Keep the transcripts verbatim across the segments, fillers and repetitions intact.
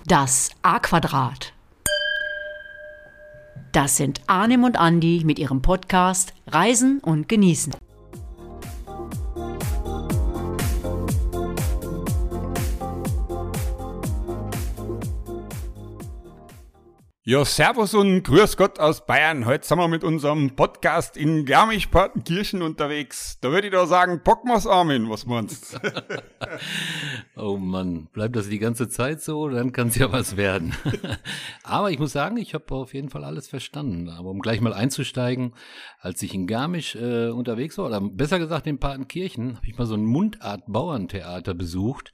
Das A-Quadrat. Das sind Arnim und Andi mit ihrem Podcast Reisen und Genießen. Ja, servus und grüß Gott aus Bayern. Heute sind wir mit unserem Podcast in Garmisch-Partenkirchen unterwegs. Da würde ich doch sagen, bocken wir's, Armin, was meinst du? Oh Mann, bleibt das die ganze Zeit so, dann kann es ja was werden. Aber ich muss sagen, ich habe auf jeden Fall alles verstanden. Aber um gleich mal einzusteigen, als ich in Garmisch äh, unterwegs war, oder besser gesagt in Partenkirchen, habe ich mal so ein Mundart-Bauerntheater besucht.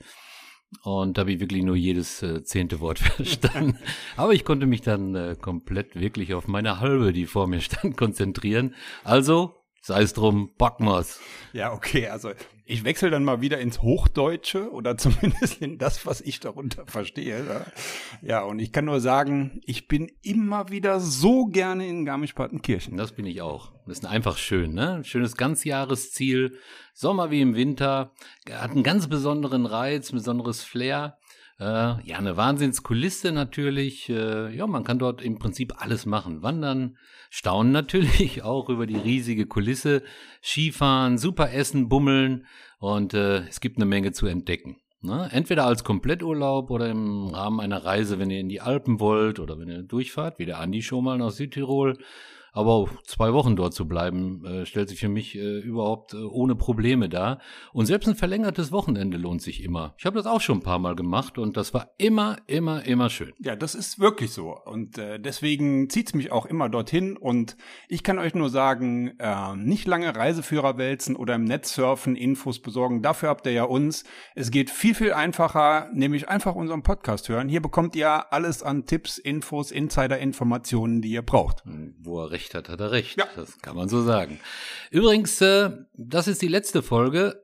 Und da habe ich wirklich nur jedes äh, zehnte Wort verstanden. Aber ich konnte mich dann äh, komplett wirklich auf meine Halbe, die vor mir stand, konzentrieren. Also, sei es drum, bocken wir's. Ja, okay, also ich wechsle dann mal wieder ins Hochdeutsche oder zumindest in das, was ich darunter verstehe. Ja, ja, und ich kann nur sagen, ich bin immer wieder so gerne in Garmisch-Partenkirchen. Das bin ich auch. Das ist einfach schön, ne? Ein schönes Ganzjahresziel, Sommer wie im Winter, hat einen ganz besonderen Reiz, ein besonderes Flair. Äh, ja, eine Wahnsinnskulisse natürlich. Äh, ja, man kann dort im Prinzip alles machen. Wandern, staunen natürlich auch über die riesige Kulisse, Skifahren, super essen, bummeln und äh, es gibt eine Menge zu entdecken. Ne? Entweder als Kompletturlaub oder im Rahmen einer Reise, wenn ihr in die Alpen wollt oder wenn ihr durchfahrt, wie der Andi schon mal nach Südtirol. Aber auch zwei Wochen dort zu bleiben, äh, stellt sich für mich äh, überhaupt äh, ohne Probleme dar. Und selbst ein verlängertes Wochenende lohnt sich immer. Ich habe das auch schon ein paar Mal gemacht und das war immer, immer, immer schön. Ja, das ist wirklich so. Und äh, deswegen zieht's mich auch immer dorthin. Und ich kann euch nur sagen, äh, nicht lange Reiseführer wälzen oder im Netz surfen, Infos besorgen. Dafür habt ihr ja uns. Es geht viel, viel einfacher, nämlich einfach unseren Podcast hören. Hier bekommt ihr alles an Tipps, Infos, Insider-Informationen, die ihr braucht. Wo er recht hat, hat er recht. Ja. Das kann man so sagen. Übrigens, äh, das ist die letzte Folge,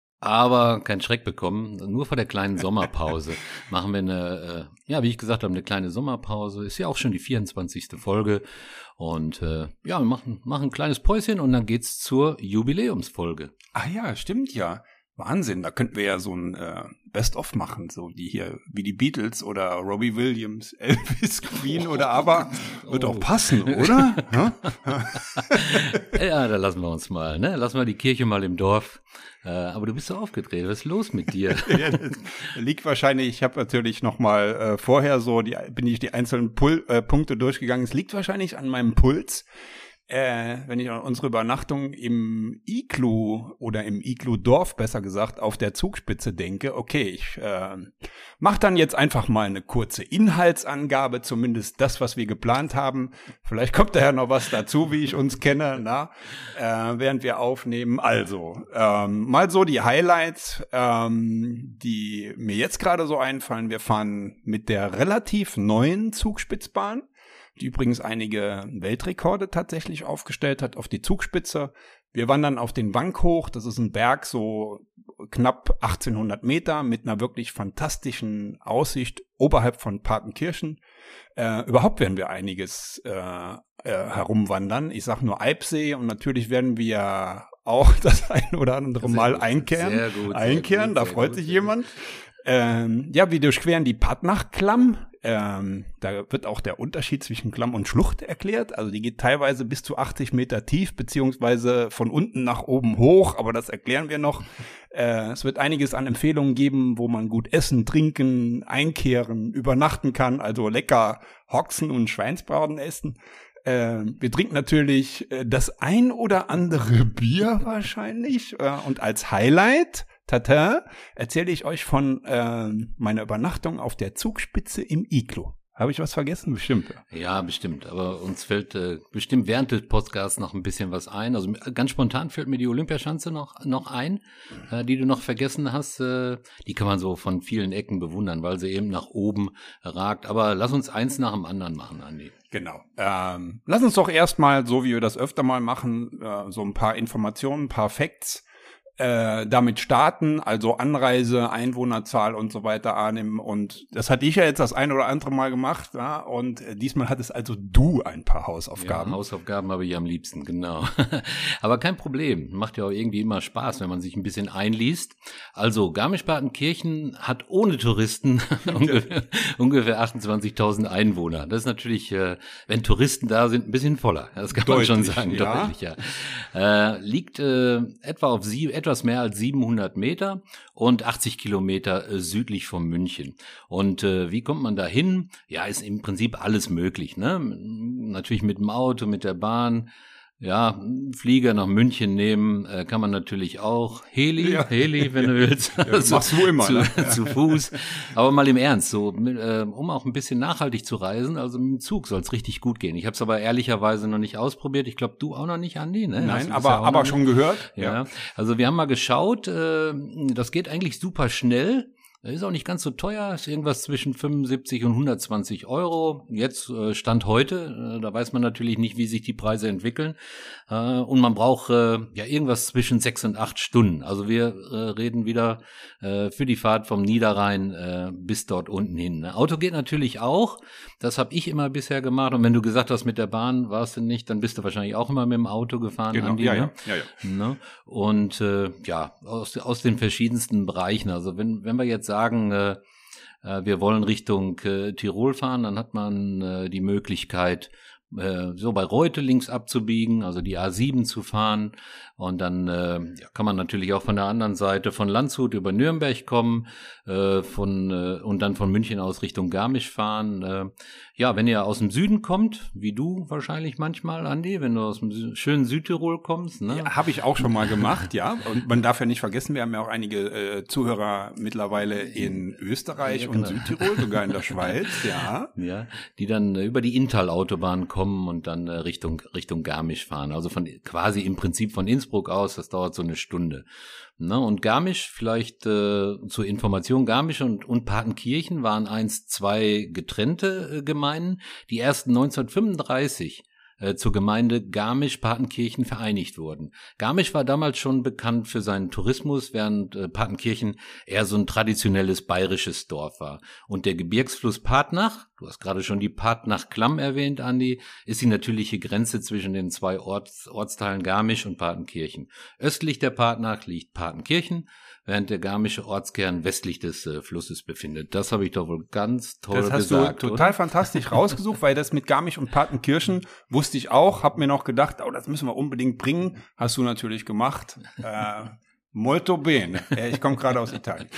aber kein Schreck bekommen. Nur vor der kleinen Sommerpause machen wir eine, äh, ja, wie ich gesagt habe, eine kleine Sommerpause. Ist ja auch schon die vierundzwanzigste Folge. Und äh, ja, wir machen, machen ein kleines Päuschen und dann geht's zur Jubiläumsfolge. Ah ja, stimmt ja. Wahnsinn, da könnten wir ja so ein äh, Best-of machen, so die hier, wie die Beatles oder Robbie Williams, Elvis, Queen oder aber, wird Oh. auch passen, oder? Ja, da lassen wir uns mal, ne? Lassen wir die Kirche mal im Dorf. Äh, aber du bist so aufgedreht, was ist los mit dir? Ja, das liegt wahrscheinlich, ich habe natürlich noch mal äh, vorher so, die, bin ich die einzelnen Pul- äh, Punkte durchgegangen, es liegt wahrscheinlich an meinem Puls. Äh, wenn ich an unsere Übernachtung im Iglu oder im Iglu-Dorf, besser gesagt, auf der Zugspitze denke, okay, ich äh, mache dann jetzt einfach mal eine kurze Inhaltsangabe, zumindest das, was wir geplant haben. Vielleicht kommt da ja noch was dazu, wie ich uns kenne, na, äh, während wir aufnehmen. Also, ähm, mal so die Highlights, ähm, die mir jetzt gerade so einfallen. Wir fahren mit der relativ neuen Zugspitzbahn, die übrigens einige Weltrekorde tatsächlich aufgestellt hat, auf die Zugspitze. Wir wandern auf den Wank hoch, das ist ein Berg, so knapp achtzehnhundert Meter, mit einer wirklich fantastischen Aussicht oberhalb von Partenkirchen. Äh, überhaupt werden wir einiges äh, äh, herumwandern. Ich sag nur Eibsee und natürlich werden wir auch das ein oder andere Sehr Mal gut, einkehren. sehr gut, sehr einkehren, gut, da sehr freut gut, sich sehr jemand. Ähm, ja, wir durchqueren die Partnachklamm. Ähm, da wird auch der Unterschied zwischen Klamm und Schlucht erklärt. Also die geht teilweise bis zu achtzig Meter tief, beziehungsweise von unten nach oben hoch, aber das erklären wir noch. Äh, es wird einiges an Empfehlungen geben, wo man gut essen, trinken, einkehren, übernachten kann, also lecker Hoxen und Schweinsbraten essen. Äh, wir trinken natürlich äh, das ein oder andere Bier wahrscheinlich. Äh, und als Highlight, tata, erzähle ich euch von äh, meiner Übernachtung auf der Zugspitze im Iglu. Habe ich was vergessen? Bestimmt. Ja, bestimmt. Aber uns fällt äh, bestimmt während des Podcasts noch ein bisschen was ein. Also ganz spontan fällt mir die Olympiaschanze noch noch ein, äh, die du noch vergessen hast. Äh, die kann man so von vielen Ecken bewundern, weil sie eben nach oben ragt. Aber lass uns eins nach dem anderen machen, Andi. Genau. Ähm, lass uns doch erstmal, so wie wir das öfter mal machen, äh, so ein paar Informationen, ein paar Facts äh, damit starten, also Anreise, Einwohnerzahl und so weiter annehmen. Und das hatte ich ja jetzt das ein oder andere Mal gemacht. Ja? Und äh, diesmal hattest also du ein paar Hausaufgaben. Ja, Hausaufgaben habe ich am liebsten, genau. Aber kein Problem. Macht ja auch irgendwie immer Spaß, wenn man sich ein bisschen einliest. Also Garmisch-Partenkirchen hat ohne Touristen ungefähr, ungefähr achtundzwanzigtausend Einwohner. Das ist natürlich, äh, wenn Touristen da sind, ein bisschen voller. Das kann Deutlich, man schon sagen. Ja. Deutlich, ja. Äh, liegt äh, etwa auf sie, etwas mehr als siebenhundert Meter und achtzig Kilometer äh, südlich von München. Und äh, wie kommt man da hin? Ja, ist im Prinzip alles möglich, ne? Natürlich mit dem Auto, mit der Bahn. Ja, Flieger nach München nehmen äh, kann man natürlich auch. Heli, ja. Heli, wenn du willst. Ja, das machst du immer. zu, Ne? zu Fuß. Aber mal im Ernst, so äh, um auch ein bisschen nachhaltig zu reisen, also mit dem Zug soll es richtig gut gehen. Ich habe es aber ehrlicherweise noch nicht ausprobiert. Ich glaube, du auch noch nicht, Andi, ne? Nein, aber, ja aber schon gehört. Ja. ja, also wir haben mal geschaut, äh, das geht eigentlich super schnell. Ist auch nicht ganz so teuer, ist irgendwas zwischen fünfundsiebzig und hundertzwanzig Euro. Jetzt äh, Stand heute, äh, da weiß man natürlich nicht, wie sich die Preise entwickeln. Äh, und man braucht äh, ja irgendwas zwischen sechs und acht Stunden. Also wir äh, reden wieder äh, für die Fahrt vom Niederrhein äh, bis dort unten hin. Ne? Auto geht natürlich auch. Das habe ich immer bisher gemacht. Und wenn du gesagt hast, mit der Bahn warst du nicht, dann bist du wahrscheinlich auch immer mit dem Auto gefahren. Genau, Andi, ja, ne? ja, ja, ja. Ne? Und äh, ja, aus, aus den verschiedensten Bereichen. Also wenn, wenn wir jetzt sagen, äh, wir wollen Richtung äh, Tirol fahren, dann hat man äh, die Möglichkeit, äh, so bei Reute links abzubiegen, also die A sieben zu fahren. Und dann äh, ja, kann man natürlich auch von der anderen Seite von Landshut über Nürnberg kommen äh, von äh, und dann von München aus Richtung Garmisch fahren. Äh, ja, wenn ihr aus dem Süden kommt, wie du wahrscheinlich manchmal, Andi, wenn du aus dem Sü- schönen Südtirol kommst. Ne? Ja, habe ich auch schon mal gemacht, ja. Und man darf ja nicht vergessen, wir haben ja auch einige äh, Zuhörer mittlerweile in Österreich ja, und genau. Südtirol, sogar in der Schweiz, ja. Ja, die dann äh, über die Inntal-Autobahn kommen und dann äh, Richtung Richtung Garmisch fahren. Also von quasi im Prinzip von Innsbruck aus, das dauert so eine Stunde. Ne? Und Garmisch, vielleicht äh, zur Information, Garmisch und, und Partenkirchen waren einst zwei getrennte äh, Gemeinden, die erst neunzehnhundertfünfunddreißig äh, zur Gemeinde Garmisch-Partenkirchen vereinigt wurden. Garmisch war damals schon bekannt für seinen Tourismus, während äh, Partenkirchen eher so ein traditionelles bayerisches Dorf war. Und der Gebirgsfluss Partnach, du hast gerade schon die Partnach-Klamm erwähnt, Andi, ist die natürliche Grenze zwischen den zwei Orts, Ortsteilen Garmisch und Partenkirchen. Östlich der Partnach liegt Partenkirchen, während der garmische Ortskern westlich des äh, Flusses befindet. Das habe ich doch wohl ganz toll gesagt. Das hast gesagt, du total oder? fantastisch rausgesucht, weil das mit Garmisch und Partenkirchen wusste ich auch, hab mir noch gedacht, oh, das müssen wir unbedingt bringen. Hast du natürlich gemacht. Äh, molto bene. Äh, ich komme gerade aus Italien.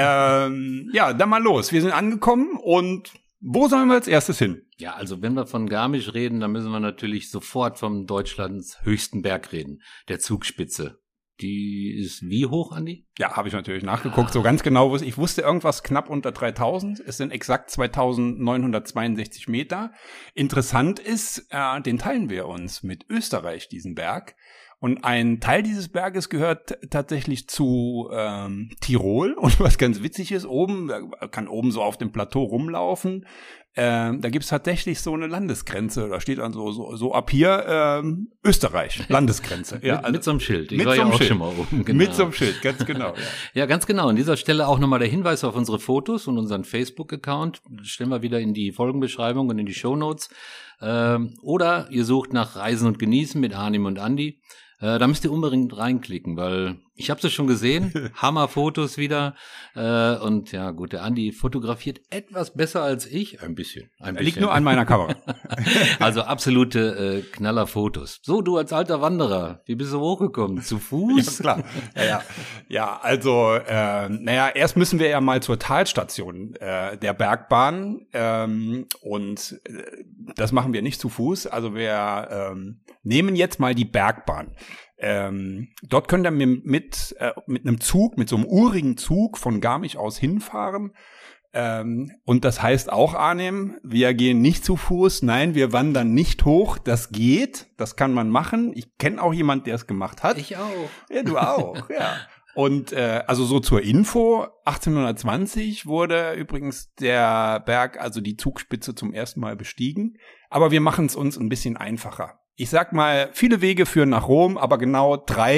Ähm, ja, dann mal los. Wir sind angekommen und wo sollen wir als erstes hin? Ja, also wenn wir von Garmisch reden, dann müssen wir natürlich sofort vom Deutschlands höchsten Berg reden, der Zugspitze. Die ist wie hoch, Andi? Ja, habe ich natürlich nachgeguckt, so ganz genau. Ich wusste irgendwas knapp unter dreitausend. Es sind exakt zweitausendneunhundertzweiundsechzig Meter. Interessant ist, äh, den teilen wir uns mit Österreich, diesen Berg. Und ein Teil dieses Berges gehört t- tatsächlich zu ähm, Tirol. Und was ganz witzig ist, oben, man kann oben so auf dem Plateau rumlaufen. Ähm, da gibt's tatsächlich so eine Landesgrenze. Da steht dann so, so, so ab hier ähm, Österreich, Landesgrenze. Ja, mit, also, mit so einem Schild. Ich mit war so ja einem auch Schild. schon mal oben. Genau. Mit so einem Schild, ganz genau. Ja. Ja, ganz genau. An dieser Stelle auch nochmal der Hinweis auf unsere Fotos und unseren Facebook-Account. Das stellen wir wieder in die Folgenbeschreibung und in die Shownotes. Ähm, oder ihr sucht nach Reisen und Genießen mit Arnim und Andi. Äh, da müsst ihr unbedingt reinklicken, weil ich habe es schon gesehen, Hammer-Fotos wieder. Äh, und ja gut, der Andi fotografiert etwas besser als ich. Ein bisschen. Ein bisschen. Liegt nur an meiner Kamera. Also absolute äh, Knaller-Fotos. So, du als alter Wanderer, wie bist du hochgekommen? Zu Fuß? Ja, klar. Ja, ja. ja also, äh, naja, erst müssen wir ja mal zur Talstation äh, der Bergbahn. Ähm, und äh, das machen wir nicht zu Fuß. Also wir ähm, nehmen jetzt mal die Bergbahn. Ähm, dort könnt ihr mit, äh, mit einem Zug, mit so einem urigen Zug von Garmisch aus hinfahren. Ähm, und das heißt auch, Arnim, wir gehen nicht zu Fuß, nein, wir wandern nicht hoch. Das geht, das kann man machen. Ich kenne auch jemanden, der es gemacht hat. Ich auch. Ja, du auch, ja. Und äh, also so zur Info, achtzehnhundertzwanzig wurde übrigens der Berg, also die Zugspitze zum ersten Mal bestiegen. Aber wir machen es uns ein bisschen einfacher. Ich sag mal, viele Wege führen nach Rom, aber genau drei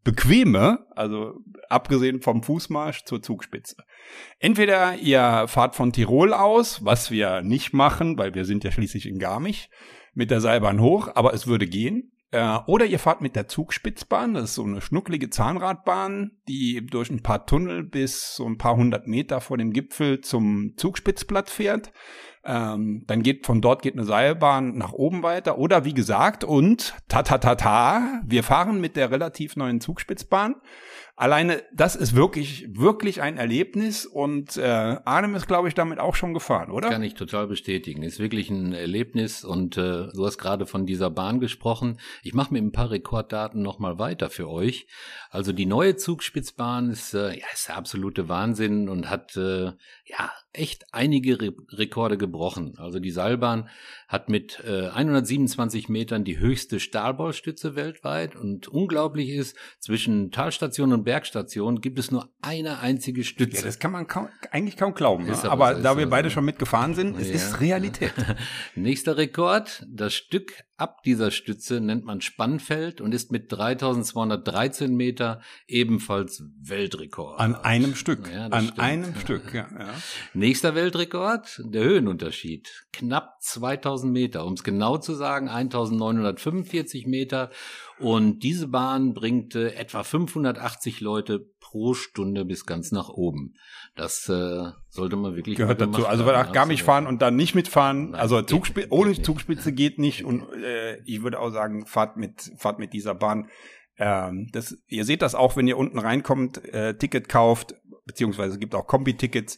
bequeme, also abgesehen vom Fußmarsch zur Zugspitze. Entweder ihr fahrt von Tirol aus, was wir nicht machen, weil wir sind ja schließlich in Garmisch, mit der Seilbahn hoch, aber es würde gehen. Äh, oder ihr fahrt mit der Zugspitzbahn, das ist so eine schnucklige Zahnradbahn, die durch ein paar Tunnel bis so ein paar hundert Meter vor dem Gipfel zum Zugspitzplatt fährt. Ähm, dann geht von dort geht eine Seilbahn nach oben weiter. Oder wie gesagt, und ta ta ta ta, wir fahren mit der relativ neuen Zugspitzbahn. Alleine, das ist wirklich, wirklich ein Erlebnis und äh, Arnim ist, glaube ich, damit auch schon gefahren, oder? Kann ich total bestätigen. Ist wirklich ein Erlebnis und äh, du hast gerade von dieser Bahn gesprochen. Ich mache mit ein paar Rekorddaten nochmal weiter für euch. Also die neue Zugspitzbahn ist, äh, ja, ist der absolute Wahnsinn und hat äh, ja echt einige Re- Rekorde gebrochen. Also die Seilbahn hat mit äh, hundertsiebenundzwanzig Metern die höchste Stahlbaustütze weltweit und unglaublich ist, zwischen Talstation und Bergstation gibt es nur eine einzige Stütze. Ja, das kann man kaum, eigentlich kaum glauben. Ne? aber Aber so, da ist wir so, beide ja. schon mitgefahren sind, es Ja. ist Realität. Nächster Rekord, das Stück ab dieser Stütze nennt man Spannfeld und ist mit dreitausendzweihundertdreizehn Meter ebenfalls Weltrekord. An einem Stück. Ja, das An stimmt. einem Stück, ja. ja. Nächster Weltrekord, der Höhenunterschied. Knapp zweitausend Meter, um es genau zu sagen, eintausendneunhundertfünfundvierzig Meter. Und diese Bahn bringt äh, etwa fünfhundertachtzig Leute pro Stunde bis ganz nach oben. Das äh, sollte man wirklich Gehört mal dazu. gemacht Also haben. nach Garmisch Absolut. fahren und dann nicht mitfahren. Nein, also geht Zugspitze, nicht, ohne geht nicht. Zugspitze geht nicht. Und äh, ich würde auch sagen, fahrt mit, fahrt mit dieser Bahn. Ähm, das, ihr seht das auch, wenn ihr unten reinkommt, äh, Ticket kauft, beziehungsweise es gibt auch Kombi-Tickets.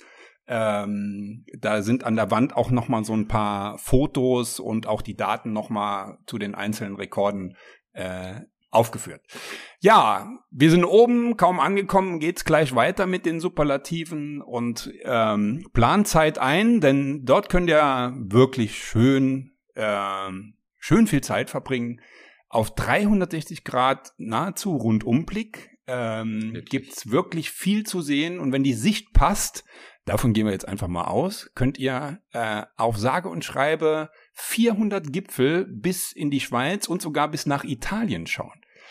Ähm, da sind an der Wand auch noch mal so ein paar Fotos und auch die Daten noch mal zu den einzelnen Rekorden äh, aufgeführt. Ja, wir sind oben, kaum angekommen, geht's gleich weiter mit den Superlativen und ähm, Planzeit ein, denn dort könnt ihr wirklich schön, ähm, schön viel Zeit verbringen. Auf dreihundertsechzig Grad nahezu Rundumblick ähm, Wirklich? gibt's wirklich viel zu sehen und wenn die Sicht passt, davon gehen wir jetzt einfach mal aus, könnt ihr äh, auf sage und schreibe vierhundert Gipfel bis in die Schweiz und sogar bis nach Italien schauen.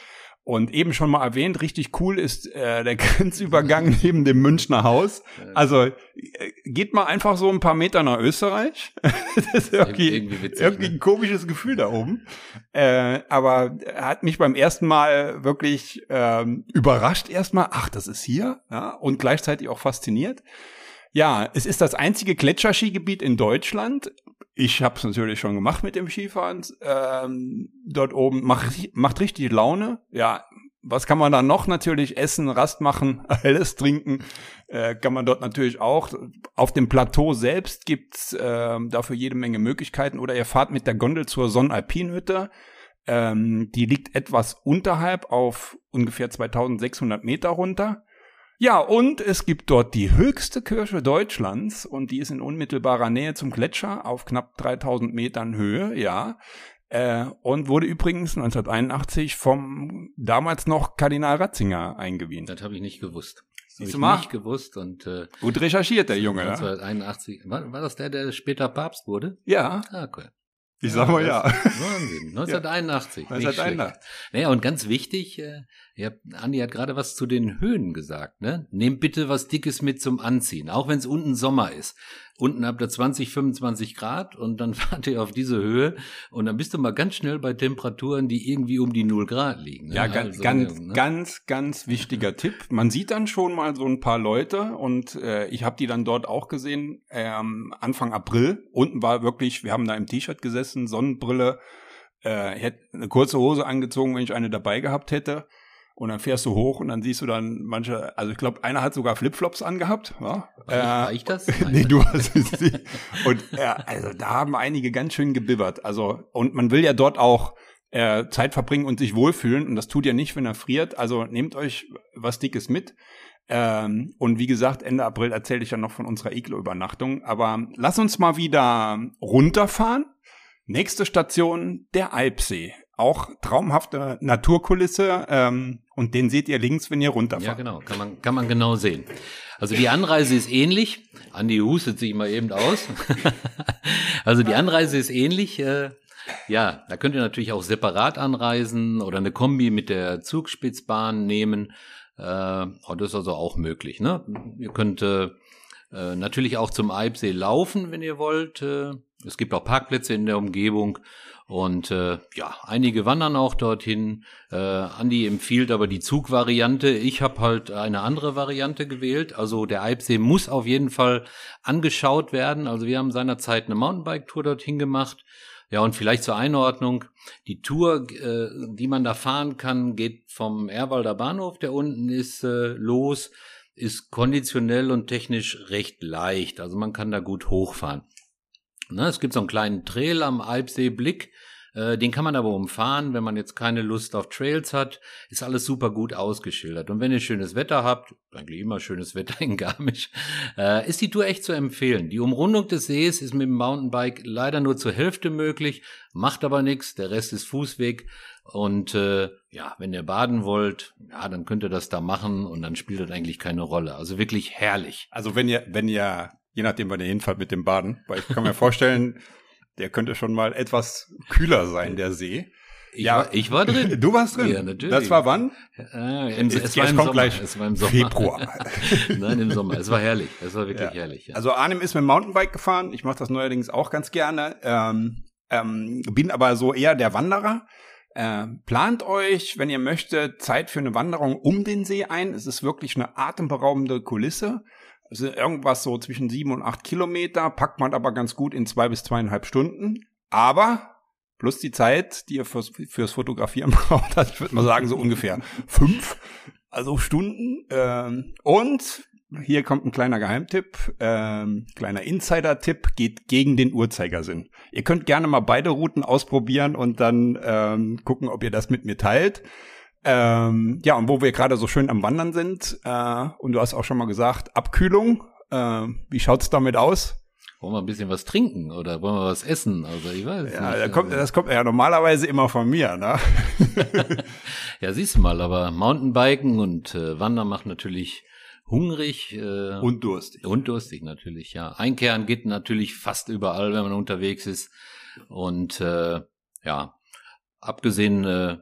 Und eben schon mal erwähnt, richtig cool ist äh, der Grenzübergang neben dem Münchner Haus. Also äh, geht mal einfach so ein paar Meter nach Österreich. Das ist irgendwie, Irgendwie witzig, irgendwie ne? ein komisches Gefühl da oben. Äh, aber hat mich beim ersten Mal wirklich ähm, überrascht erstmal. Ach, das ist hier. Ja, und gleichzeitig auch fasziniert. Ja, es ist das einzige Gletscherskigebiet in Deutschland. Ich habe es natürlich schon gemacht mit dem Skifahren. Ähm, dort oben macht, macht richtig Laune. Ja, was kann man da noch? Natürlich essen, Rast machen, alles trinken. Äh, kann man dort natürlich auch. Auf dem Plateau selbst gibt's äh, dafür jede Menge Möglichkeiten. Oder ihr fahrt mit der Gondel zur Sonnalpinhütte. Ähm, die liegt etwas unterhalb auf ungefähr zweitausendsechshundert Meter runter. Ja, und es gibt dort die höchste Kirche Deutschlands und die ist in unmittelbarer Nähe zum Gletscher auf knapp dreitausend Metern Höhe, ja. Äh, und wurde übrigens neunzehnhunderteinundachtzig vom damals noch Kardinal Ratzinger eingeweiht. Das habe ich nicht gewusst. Habe Siehst ich du mal? nicht gewusst und äh, Gut recherchiert, der Junge, ja. neunzehnhunderteinundachtzig, war, war das der, der später Papst wurde? Ja, Ah, cool. ich sag mal ja. das ist Wahnsinn. neunzehnhunderteinundachtzig. Nicht neunzehnhunderteinundachtzig. schlecht. Naja, und ganz wichtig, äh, ihr habt, Andi hat gerade was zu den Höhen gesagt, ne? Nehmt bitte was Dickes mit zum Anziehen, auch wenn es unten Sommer ist. Unten habt ihr zwanzig, fünfundzwanzig Grad und dann fahrt ihr auf diese Höhe und dann bist du mal ganz schnell bei Temperaturen, die irgendwie um die null Grad liegen. Ne? Ja, ganz, Also, ganz, ne? ganz, ganz wichtiger Tipp. Man sieht dann schon mal so ein paar Leute und äh, ich habe die dann dort auch gesehen, ähm, Anfang April. Unten war wirklich, wir haben da im T-Shirt gesessen, Sonnenbrille, äh, hätte eine kurze Hose angezogen, wenn ich eine dabei gehabt hätte. Und dann fährst du hoch und dann siehst du dann manche, also ich glaube, einer hat sogar Flipflops angehabt. Ja? War ich, war ich das? Nein. Nee, du hast es nicht. Und ja, also da haben einige ganz schön gebibbert. Also, und man will ja dort auch äh, Zeit verbringen und sich wohlfühlen. Und das tut ihr nicht, wenn er friert. Also nehmt euch was Dickes mit. Ähm, und wie gesagt, Ende April erzähle ich ja noch von unserer Iglo-Übernachtung. Aber lass uns mal wieder runterfahren. Nächste Station, der Alpsee. Auch traumhafte Naturkulisse. Ähm, und den seht ihr links, wenn ihr runterfahrt. Ja, genau, kann man, kann man genau sehen. Also die Anreise ist ähnlich. Andi hustet sich mal eben aus. Also die Anreise ist ähnlich. Äh, Ja, da könnt ihr natürlich auch separat anreisen oder eine Kombi mit der Zugspitzbahn nehmen. Äh, oh, das ist also auch möglich, ne? Ihr könnt äh, natürlich auch zum Eibsee laufen, wenn ihr wollt. Äh, es gibt auch Parkplätze in der Umgebung. Und äh, ja, einige wandern auch dorthin. Äh, Andi empfiehlt aber die Zugvariante. Ich habe halt eine andere Variante gewählt. Also der Eibsee muss auf jeden Fall angeschaut werden. Also wir haben seinerzeit eine Mountainbike-Tour dorthin gemacht. Ja, und vielleicht zur Einordnung. Die Tour, äh, die man da fahren kann, geht vom Ehrwalder Bahnhof, der unten ist, äh, los, ist konditionell und technisch recht leicht. Also man kann da gut hochfahren. Ne, es gibt so einen kleinen Trail am Eibsee-Blick, äh, den kann man aber umfahren, wenn man jetzt keine Lust auf Trails hat, ist alles super gut ausgeschildert. Und wenn ihr schönes Wetter habt, eigentlich immer schönes Wetter in Garmisch, äh, ist die Tour echt zu empfehlen. Die Umrundung des Sees ist mit dem Mountainbike leider nur zur Hälfte möglich, macht aber nichts, der Rest ist Fußweg. Und äh, ja, wenn ihr baden wollt, ja, dann könnt ihr das da machen und dann spielt das eigentlich keine Rolle. Also wirklich herrlich. Also wenn ihr, wenn ihr je nachdem, wann ihr hinfahrt mit dem Baden. Weil ich kann mir vorstellen, der könnte schon mal etwas kühler sein, der See. Ich, ja, war, ich war drin. Du warst drin? Ja, natürlich. Das war wann? Äh, im, es, es, war es im kommt Sommer. gleich Es war im Sommer. Februar. Nein, im Sommer. Es war herrlich. Es war wirklich ja. herrlich. Ja. Also Arnim ist mit dem Mountainbike gefahren. Ich mache das neuerdings auch ganz gerne. Ähm, ähm, bin aber so eher der Wanderer. Äh, plant euch, wenn ihr möchtet, Zeit für eine Wanderung um den See ein. Es ist wirklich eine atemberaubende Kulisse. Es ist irgendwas so zwischen sieben und acht Kilometer, packt man aber ganz gut in zwei bis zweieinhalb Stunden. Aber plus die Zeit, die ihr fürs, fürs Fotografieren braucht, also ich würde mal sagen so ungefähr fünf, also Stunden. Ähm, und hier kommt ein kleiner Geheimtipp, ähm, kleiner Insider-Tipp, geht gegen den Uhrzeigersinn. Ihr könnt gerne mal beide Routen ausprobieren und dann ähm, gucken, ob ihr das mit mir teilt. Ähm, ja, und wo wir gerade so schön am Wandern sind, äh, und du hast auch schon mal gesagt, Abkühlung, äh, wie schaut's damit aus? Wollen wir ein bisschen was trinken oder wollen wir was essen? Also ich weiß ja, nicht. Da kommt, das kommt ja normalerweise immer von mir, ne? Ja, siehst du mal, aber Mountainbiken und äh, Wandern macht natürlich hungrig. Äh, und durstig. Und durstig natürlich, ja. Einkehren geht natürlich fast überall, wenn man unterwegs ist. Und äh, ja, abgesehen äh,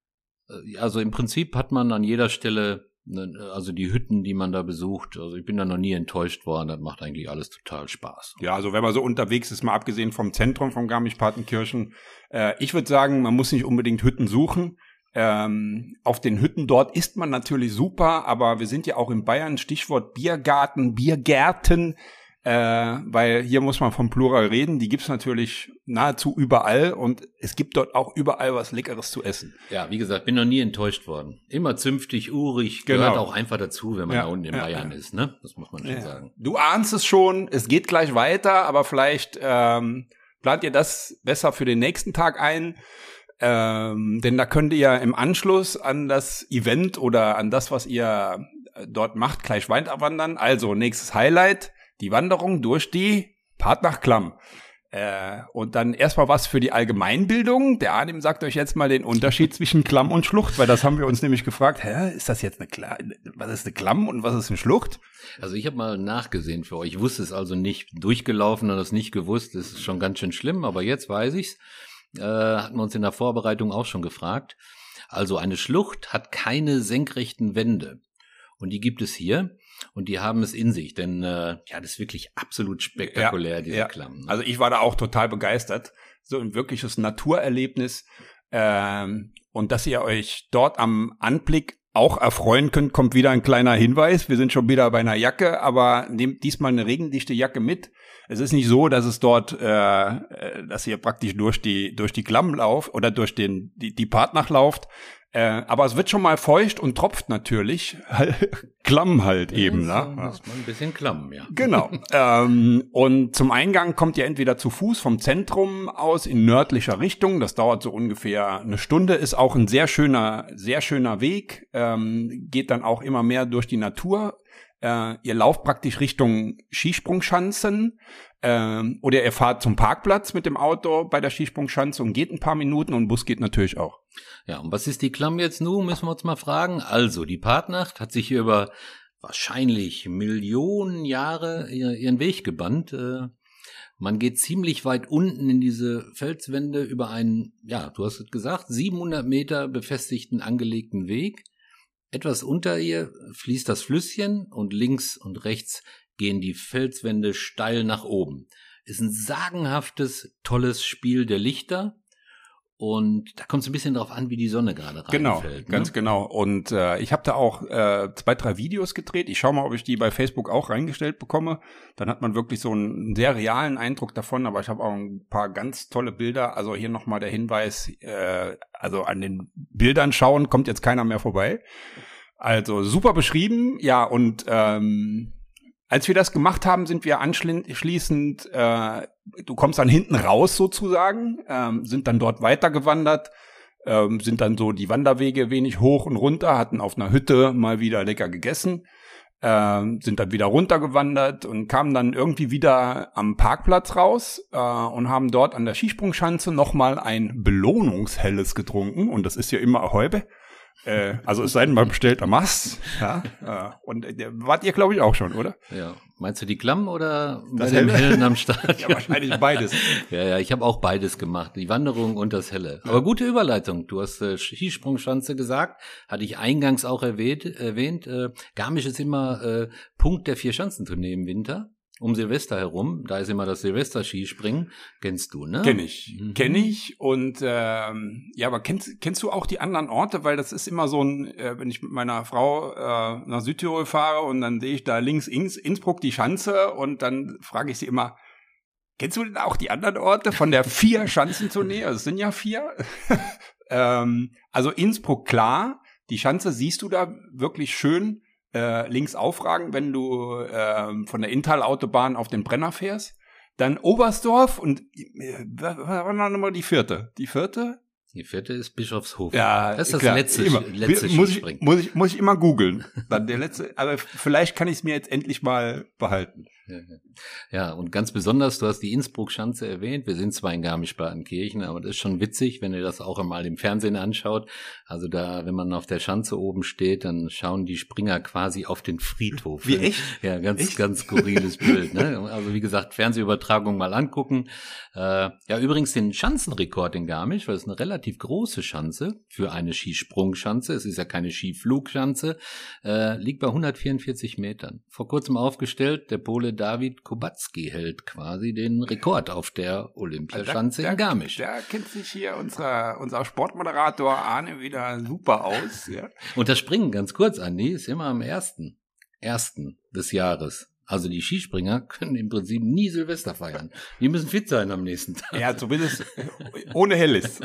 also im Prinzip hat man an jeder Stelle, also die Hütten, die man da besucht, also ich bin da noch nie enttäuscht worden, das macht eigentlich alles total Spaß. Ja, also wenn man so unterwegs ist, mal abgesehen vom Zentrum von Garmisch-Partenkirchen, äh, ich würde sagen, man muss nicht unbedingt Hütten suchen. Ähm, auf den Hütten dort isst man natürlich super, aber wir sind ja auch in Bayern, Stichwort Biergarten, Biergärten, Äh, weil hier muss man vom Plural reden, die gibt's natürlich nahezu überall und es gibt dort auch überall was Leckeres zu essen. Ja, wie gesagt, bin noch nie enttäuscht worden. Immer zünftig, urig, genau. Gehört auch einfach dazu, wenn man ja, da unten in ja, Bayern ja. ist, ne? Das muss man schon ja. sagen. Du ahnst es schon, es geht gleich weiter, aber vielleicht ähm, plant ihr das besser für den nächsten Tag ein, ähm, denn da könnt ihr ja im Anschluss an das Event oder an das, was ihr dort macht, gleich weiterwandern. Also nächstes Highlight, die Wanderung durch die Partnachklamm. Äh, und dann erstmal was für die Allgemeinbildung. Der Arnim sagt euch jetzt mal den Unterschied zwischen Klamm und Schlucht, weil das haben wir uns nämlich gefragt, hä, ist das jetzt eine Kla- was ist eine Klamm und was ist eine Schlucht? Also ich habe mal nachgesehen für euch. Ich wusste es also nicht, durchgelaufen und es nicht gewusst. Das ist schon ganz schön schlimm, aber jetzt weiß ich's. Äh, hatten wir uns in der Vorbereitung auch schon gefragt. Also eine Schlucht hat keine senkrechten Wände. Und die gibt es hier. Und die haben es in sich, denn äh, ja, das ist wirklich absolut spektakulär, ja, diese ja. Klamm. Ne? Also ich war da auch total begeistert. So ein wirkliches Naturerlebnis. Ähm, und dass ihr euch dort am Anblick auch erfreuen könnt, kommt wieder ein kleiner Hinweis. Wir sind schon wieder bei einer Jacke, aber nehmt diesmal eine regendichte Jacke mit. Es ist nicht so, dass es dort, äh, dass ihr praktisch durch die durch die Klamm lauft oder durch den die, die Partnach lauft. Äh, aber es wird schon mal feucht und tropft natürlich. Klamm halt ja, eben, ne? Ja. Ist mal ein bisschen Klamm, ja. Genau. ähm, und zum Eingang kommt ihr entweder zu Fuß vom Zentrum aus in nördlicher Richtung. Das dauert so ungefähr eine Stunde. Ist auch ein sehr schöner, sehr schöner Weg. Ähm, geht dann auch immer mehr durch die Natur. Äh, ihr lauft praktisch Richtung Skisprungschanzen. Ähm, oder ihr fahrt zum Parkplatz mit dem Auto bei der Skisprungschanze und geht ein paar Minuten und Bus geht natürlich auch. Ja, und was ist die Klamm jetzt nun, müssen wir uns mal fragen. Also, die Partnacht hat sich über wahrscheinlich Millionen Jahre ihren Weg gebannt. Man geht ziemlich weit unten in diese Felswände über einen, ja, du hast es gesagt, siebenhundert Meter befestigten, angelegten Weg. Etwas unter ihr fließt das Flüsschen und links und rechts gehen die Felswände steil nach oben. Ist ein sagenhaftes, tolles Spiel der Lichter. Und da kommt es ein bisschen drauf an, wie die Sonne gerade reinfällt. Genau, ne? ganz genau. Und äh, ich habe da auch äh, zwei, drei Videos gedreht. Ich schaue mal, ob ich die bei Facebook auch reingestellt bekomme. Dann hat man wirklich so einen sehr realen Eindruck davon. Aber ich habe auch ein paar ganz tolle Bilder. Also hier nochmal der Hinweis, äh, also an den Bildern schauen, kommt jetzt keiner mehr vorbei. Also super beschrieben. Ja, und ähm, als wir das gemacht haben, sind wir anschließend, äh, du kommst dann hinten raus sozusagen, ähm, sind dann dort weitergewandert, ähm, sind dann so die Wanderwege wenig hoch und runter, hatten auf einer Hütte mal wieder lecker gegessen, ähm, sind dann wieder runtergewandert und kamen dann irgendwie wieder am Parkplatz raus äh, und haben dort an der Skisprungschanze nochmal ein Belohnungshelles getrunken und das ist ja immer Ahäube. Äh, also es sei denn, man bestellt am Mast. Ja, äh, und äh, wart ihr, glaube ich, auch schon, oder? Ja. Meinst du die Klamm oder das bei dem Helle? Hellen am Start? Ja, wahrscheinlich beides. Ja, ja, ich habe auch beides gemacht, die Wanderung und das Helle. Aber gute Überleitung. Du hast äh, Skisprungschanze gesagt, hatte ich eingangs auch erwähnt. erwähnt äh, Garmisch ist immer äh, Punkt der Vier-Schanzentournee im Winter. Um Silvester herum, da ist immer das Silvester-Skispringen. Kennst du, ne? Kenn ich, Mhm. kenn ich. Und ähm, ja, aber kennst kennst du auch die anderen Orte? Weil das ist immer so ein, äh, wenn ich mit meiner Frau äh, nach Südtirol fahre und dann sehe ich da links Ins, Innsbruck die Schanze und dann frage ich sie immer, kennst du denn auch die anderen Orte von der Vier-Schanzentournee? Also es sind ja vier. ähm, also Innsbruck, klar. Die Schanze siehst du da wirklich schön Äh, links aufragen, wenn du äh, von der Inntal-Autobahn auf den Brenner fährst. Dann Oberstdorf und äh, was war nochmal die vierte? Die vierte? Die vierte ist Bischofshof. Ja, das ist das klar, letzte, immer. letzte muss ich, Skispringen. muss ich muss ich immer googeln. Dann der letzte, aber vielleicht kann ich es mir jetzt endlich mal behalten. Ja, ja. Ja, und ganz besonders, du hast die Innsbruck-Schanze erwähnt. Wir sind zwar in Garmisch-Partenkirchen, aber das ist schon witzig, wenn ihr das auch einmal im Fernsehen anschaut. Also da, wenn man auf der Schanze oben steht, dann schauen die Springer quasi auf den Friedhof. Wie echt? Ja, ganz, echt? ganz skurriles Bild. Ne? Also wie gesagt, Fernsehübertragung mal angucken. Äh, ja, übrigens den Schanzenrekord in Garmisch, weil es eine relativ große Schanze für eine Skisprungschanze, es ist ja keine Skiflugschanze, äh, liegt bei hundertvierundvierzig Metern. Vor kurzem aufgestellt, der Pole David Kubacki hält quasi den Rekord auf der Olympiaschanze Da- in Garmisch. Da kennt sich hier unser, unser Sportmoderator Arne wieder super aus. Ja. Und das Springen, ganz kurz, Andi, ist immer am ersten, ersten des Jahres. Also die Skispringer können im Prinzip nie Silvester feiern. Die müssen fit sein am nächsten Tag. Ja, zumindest ohne Helles.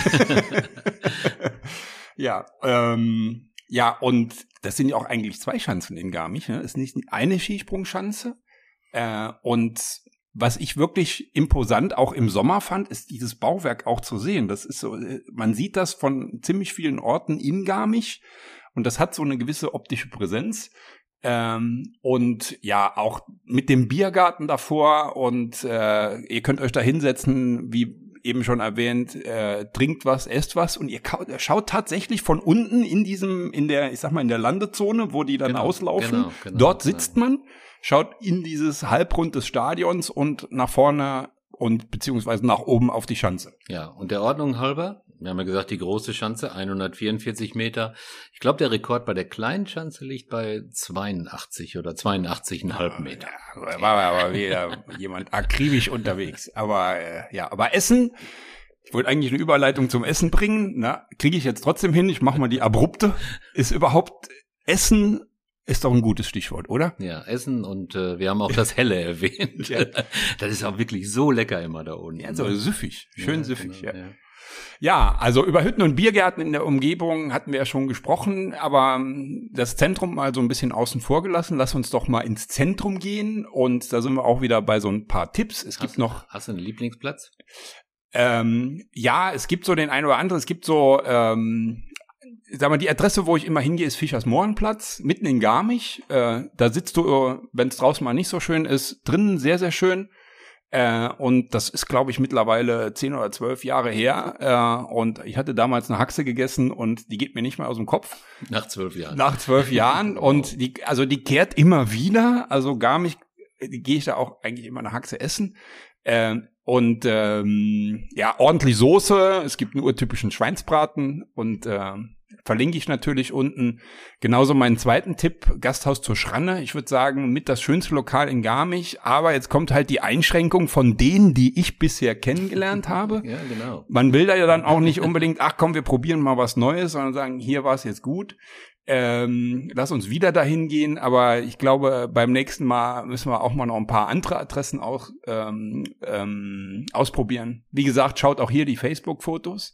ja, ähm, ja, und das sind ja auch eigentlich zwei Schanzen in Garmisch. Ne? Es ist nicht eine Skisprungschanze. Äh, und was ich wirklich imposant auch im Sommer fand, ist dieses Bauwerk auch zu sehen. Das ist so, man sieht das von ziemlich vielen Orten in Garmisch und das hat so eine gewisse optische Präsenz. Ähm, und ja, auch mit dem Biergarten davor und äh, ihr könnt euch da hinsetzen, wie eben schon erwähnt, äh, trinkt was, esst was und ihr ka- schaut tatsächlich von unten in diesem, in der, ich sag mal, in der Landezone, wo die dann Genau, auslaufen. genau, genau, Dort genau. sitzt man, schaut in dieses Halbrund des Stadions und nach vorne und beziehungsweise nach oben auf die Schanze. Ja, und der Ordnung halber, wir haben ja gesagt, die große Schanze, hundertvierundvierzig Meter. Ich glaube, der Rekord bei der kleinen Schanze liegt bei zweiundachtzig oder zweiundachtzig Komma fünf Meter. Ja, war aber wieder jemand akribisch unterwegs. Aber äh, ja, aber Essen, ich wollte eigentlich eine Überleitung zum Essen bringen, na, kriege ich jetzt trotzdem hin, ich mache mal die abrupte. Ist überhaupt Essen ist doch ein gutes Stichwort, oder? Ja, Essen und äh, wir haben auch das Helle erwähnt. Ja. Das ist auch wirklich so lecker immer da unten. Ja, so süffig, schön Ja, süffig, genau, ja. ja. Ja, also über Hütten und Biergärten in der Umgebung hatten wir ja schon gesprochen, aber ähm, das Zentrum mal so ein bisschen außen vor gelassen. Lass uns doch mal ins Zentrum gehen und da sind wir auch wieder bei so ein paar Tipps. Es gibt Hast, noch, hast du einen Lieblingsplatz? ähm, ja, es gibt so den einen oder anderen, es gibt so, ähm, sag mal, die Adresse, wo ich immer hingehe, ist Fischers-Mohrenplatz, mitten in Garmisch. Äh, da sitzt du, wenn es draußen mal nicht so schön ist, drinnen sehr, sehr schön. Äh, und das ist, glaube ich, mittlerweile zehn oder zwölf Jahre her. Äh, und ich hatte damals eine Haxe gegessen und die geht mir nicht mehr aus dem Kopf. Nach zwölf Jahren. Nach zwölf Jahren. Und die, also die kehrt immer wieder. Also Garmisch, äh, gehe ich da auch eigentlich immer eine Haxe essen. Ähm, und ähm, ja, ordentlich Soße. Es gibt einen urtypischen Schweinsbraten und äh, verlinke ich natürlich unten. Genauso meinen zweiten Tipp, Gasthaus zur Schranne. Ich würde sagen, mit das schönste Lokal in Garmisch. Aber jetzt kommt halt die Einschränkung von denen, die ich bisher kennengelernt habe. Ja, genau. Man will da ja dann auch nicht unbedingt, ach komm, wir probieren mal was Neues, sondern sagen, hier war es jetzt gut. Ähm, lass uns wieder dahin gehen, aber ich glaube, beim nächsten Mal müssen wir auch mal noch ein paar andere Adressen auch ähm, ähm, ausprobieren. Wie gesagt, schaut auch hier die Facebook-Fotos.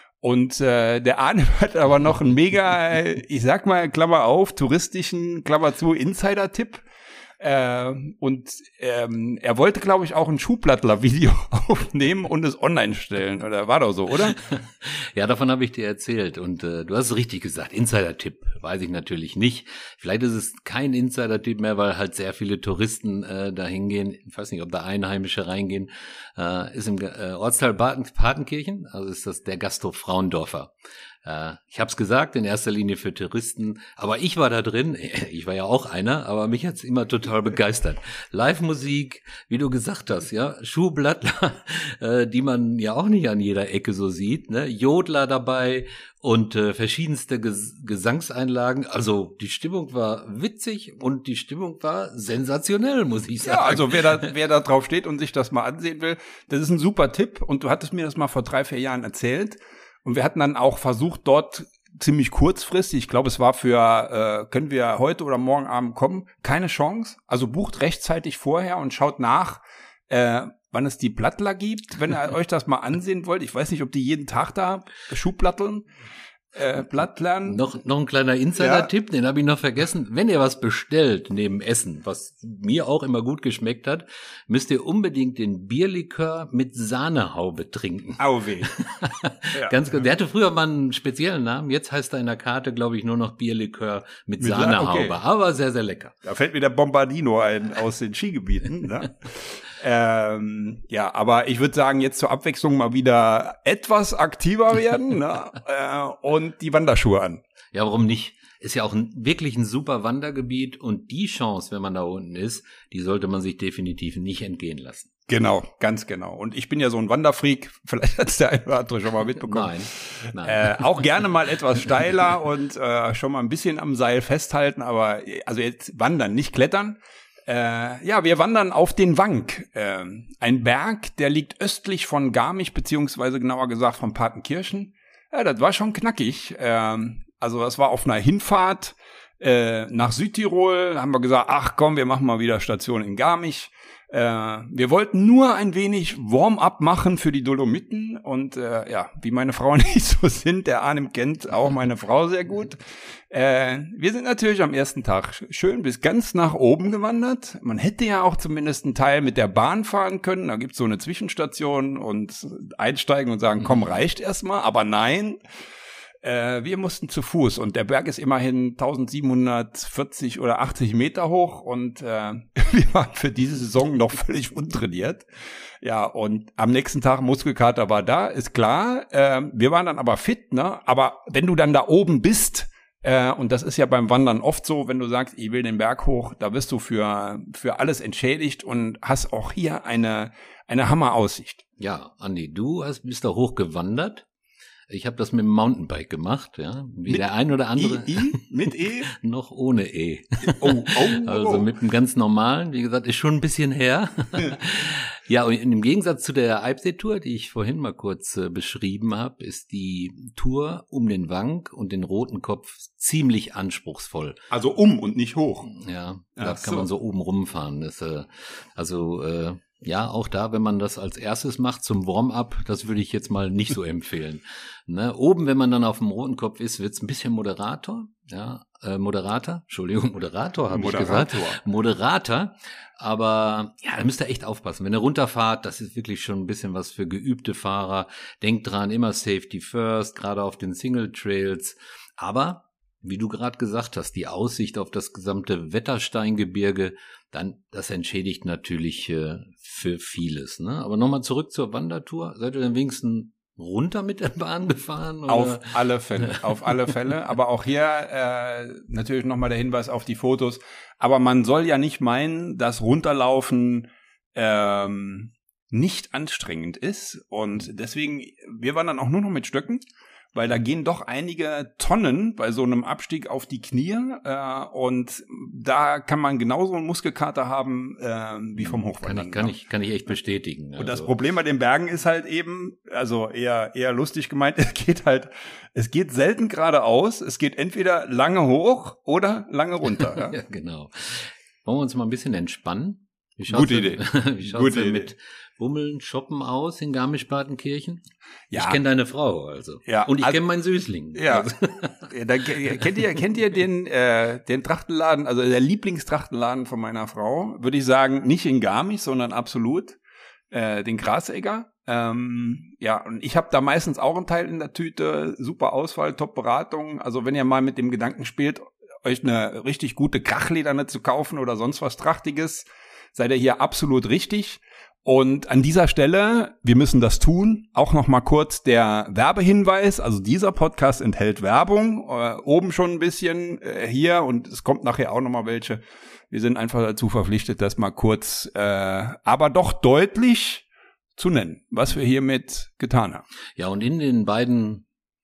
Und äh, der Arne hat aber noch einen mega, ich sag mal, Klammer auf, touristischen, Klammer zu, Insider-Tipp. Äh, und ähm, er wollte, glaube ich, auch ein Schuhplattler-Video aufnehmen und es online stellen. Oder war doch so, oder? Ja, davon habe ich dir erzählt. Und äh, du hast es richtig gesagt, Insider-Tipp, weiß ich natürlich nicht. Vielleicht ist es kein Insider-Tipp mehr, weil halt sehr viele Touristen äh, da hingehen. Ich weiß nicht, ob da Einheimische reingehen. Äh, ist im äh, Ortsteil Partenkirchen, also ist das der Gasthof Frauendorfer. Äh, ich habe es gesagt, in erster Linie für Touristen, aber ich war da drin, ich war ja auch einer, aber mich hat's immer total begeistert. Live-Musik, wie du gesagt hast, ja, Schuhblattler, äh, die man ja auch nicht an jeder Ecke so sieht, ne, Jodler dabei und äh, verschiedenste Ges- Gesangseinlagen. Also die Stimmung war witzig und die Stimmung war sensationell, muss ich sagen. Ja, also wer da, wer da drauf steht und sich das mal ansehen will, das ist ein super Tipp und du hattest mir das mal vor drei, vier Jahren erzählt. Und wir hatten dann auch versucht, dort ziemlich kurzfristig, ich glaube, es war für, äh, können wir heute oder morgen Abend kommen, keine Chance. Also bucht rechtzeitig vorher und schaut nach, äh, wann es die Plattler gibt, wenn ihr euch das mal ansehen wollt. Ich weiß nicht, ob die jeden Tag da Schuhplatteln, äh, Plattlern. Noch, noch ein kleiner Insider-Tipp, ja. Den habe ich noch vergessen. Wenn ihr was bestellt neben Essen, was mir auch immer gut geschmeckt hat, müsst ihr unbedingt den Bierlikör mit Sahnehaube trinken. Au weh. Ja. Ganz gut. Der hatte früher mal einen speziellen Namen. Jetzt heißt er in der Karte, glaube ich, nur noch Bierlikör mit, mit Sahnehaube. Okay. Aber sehr, sehr lecker. Da fällt mir der Bombardino ein aus den Skigebieten. Ne? ähm, ja, aber ich würde sagen, jetzt zur Abwechslung mal wieder etwas aktiver werden, ne? äh, und die Wanderschuhe an. Ja, warum nicht? Ist ja auch ein, wirklich ein super Wandergebiet und die Chance, wenn man da unten ist, die sollte man sich definitiv nicht entgehen lassen. Genau, ganz genau. Und ich bin ja so ein Wanderfreak, vielleicht hat es der eine oder andere schon mal mitbekommen. Nein, nein. Äh, auch gerne mal etwas steiler und äh, schon mal ein bisschen am Seil festhalten, aber also jetzt wandern, nicht klettern. Äh, ja, wir wandern auf den Wank, äh, ein Berg, der liegt östlich von Garmisch, beziehungsweise genauer gesagt von Partenkirchen. Ja, das war schon knackig. Äh, also das war auf einer Hinfahrt äh, nach Südtirol, da haben wir gesagt, ach komm, wir machen mal wieder Station in Garmisch. Äh, wir wollten nur ein wenig Warm-up machen für die Dolomiten und äh, ja, wie meine Frau nicht so sind, der Arnim kennt auch meine Frau sehr gut. Äh, wir sind natürlich am ersten Tag schön bis ganz nach oben gewandert. Man hätte ja auch zumindest einen Teil mit der Bahn fahren können. Da gibt's so eine Zwischenstation und einsteigen und sagen, komm, reicht erstmal. Aber nein, äh, wir mussten zu Fuß und der Berg ist immerhin tausendsiebenhundertvierzig oder achtzig Meter hoch und äh, wir waren für diese Saison noch völlig untrainiert. Ja, und am nächsten Tag Muskelkater war da, ist klar. Äh, wir waren dann aber fit, ne? Aber wenn du dann da oben bist, Äh, und das ist ja beim Wandern oft so, wenn du sagst, ich will den Berg hoch, da wirst du für für alles entschädigt und hast auch hier eine eine Hammeraussicht. Ja, Andi, du hast, bist da hoch gewandert. Ich habe das mit dem Mountainbike gemacht, ja, wie mit der ein oder andere. I, I? Mit E? Noch ohne E. Oh, oh, Also oh. mit dem ganz normalen, wie gesagt, ist schon ein bisschen her. Ja, und im Gegensatz zu der Eibsee-Tour, die ich vorhin mal kurz äh, beschrieben habe, ist die Tour um den Wank und den Roten Kopf ziemlich anspruchsvoll. Also um und nicht hoch. Ja, da Ach kann so. man so oben rumfahren. Das, äh, also äh, ja, auch da, wenn man das als erstes macht zum Warm-up, das würde ich jetzt mal nicht so empfehlen. Ne? Oben, wenn man dann auf dem Roten Kopf ist, wird's ein bisschen Moderator. Ja, äh, Moderator, Entschuldigung, Moderator habe ich gesagt. Moderator. Aber ja, da müsst ihr echt aufpassen. Wenn ihr runterfahrt, das ist wirklich schon ein bisschen was für geübte Fahrer. Denkt dran, immer Safety first, gerade auf den Single Trails. Aber wie du gerade gesagt hast, die Aussicht auf das gesamte Wettersteingebirge, dann das entschädigt natürlich äh, für vieles. Ne? Aber nochmal zurück zur Wandertour. Seid ihr denn wenigstens runter mit der Bahn gefahren? Oder? Auf alle Fälle, auf alle Fälle. Aber auch hier äh, natürlich nochmal der Hinweis auf die Fotos. Aber man soll ja nicht meinen, dass Runterlaufen ähm, nicht anstrengend ist. Und deswegen, wir waren dann auch nur noch mit Stöcken, weil da gehen doch einige Tonnen bei so einem Abstieg auf die Knie äh, und da kann man genauso einen Muskelkater haben äh, wie vom Hochwandern. Kann ich, kann, ich, kann ich echt bestätigen. Und also. Das Problem bei den Bergen ist halt eben, also eher eher lustig gemeint, es geht halt, es geht selten geradeaus, es geht entweder lange hoch oder lange runter. Ja, ja genau. Wollen wir uns mal ein bisschen entspannen? Wie Gute Idee. Wie schaut's denn mit Bummeln, Shoppen aus in Garmisch-Partenkirchen? Ja. Ich kenne deine Frau also. Ja. Und ich also, kenne meinen Süßling. Ja. Also. Da, kennt ihr, kennt ihr den, äh, den Trachtenladen, also der Lieblingstrachtenladen von meiner Frau? Würde ich sagen, nicht in Garmisch, sondern absolut, äh, den Grasegger. Ähm, ja, und ich habe da meistens auch einen Teil in der Tüte. Super Auswahl, Top-Beratung. Also wenn ihr mal mit dem Gedanken spielt, euch eine richtig gute Krachlederne zu kaufen oder sonst was Trachtiges, seid ihr hier absolut richtig. Und an dieser Stelle, wir müssen das tun, auch noch mal kurz der Werbehinweis. Also dieser Podcast enthält Werbung, äh, oben schon ein bisschen äh, hier und es kommt nachher auch noch mal welche. Wir sind einfach dazu verpflichtet, das mal kurz, äh, aber doch deutlich zu nennen, was wir hiermit getan haben. Ja, und in den beiden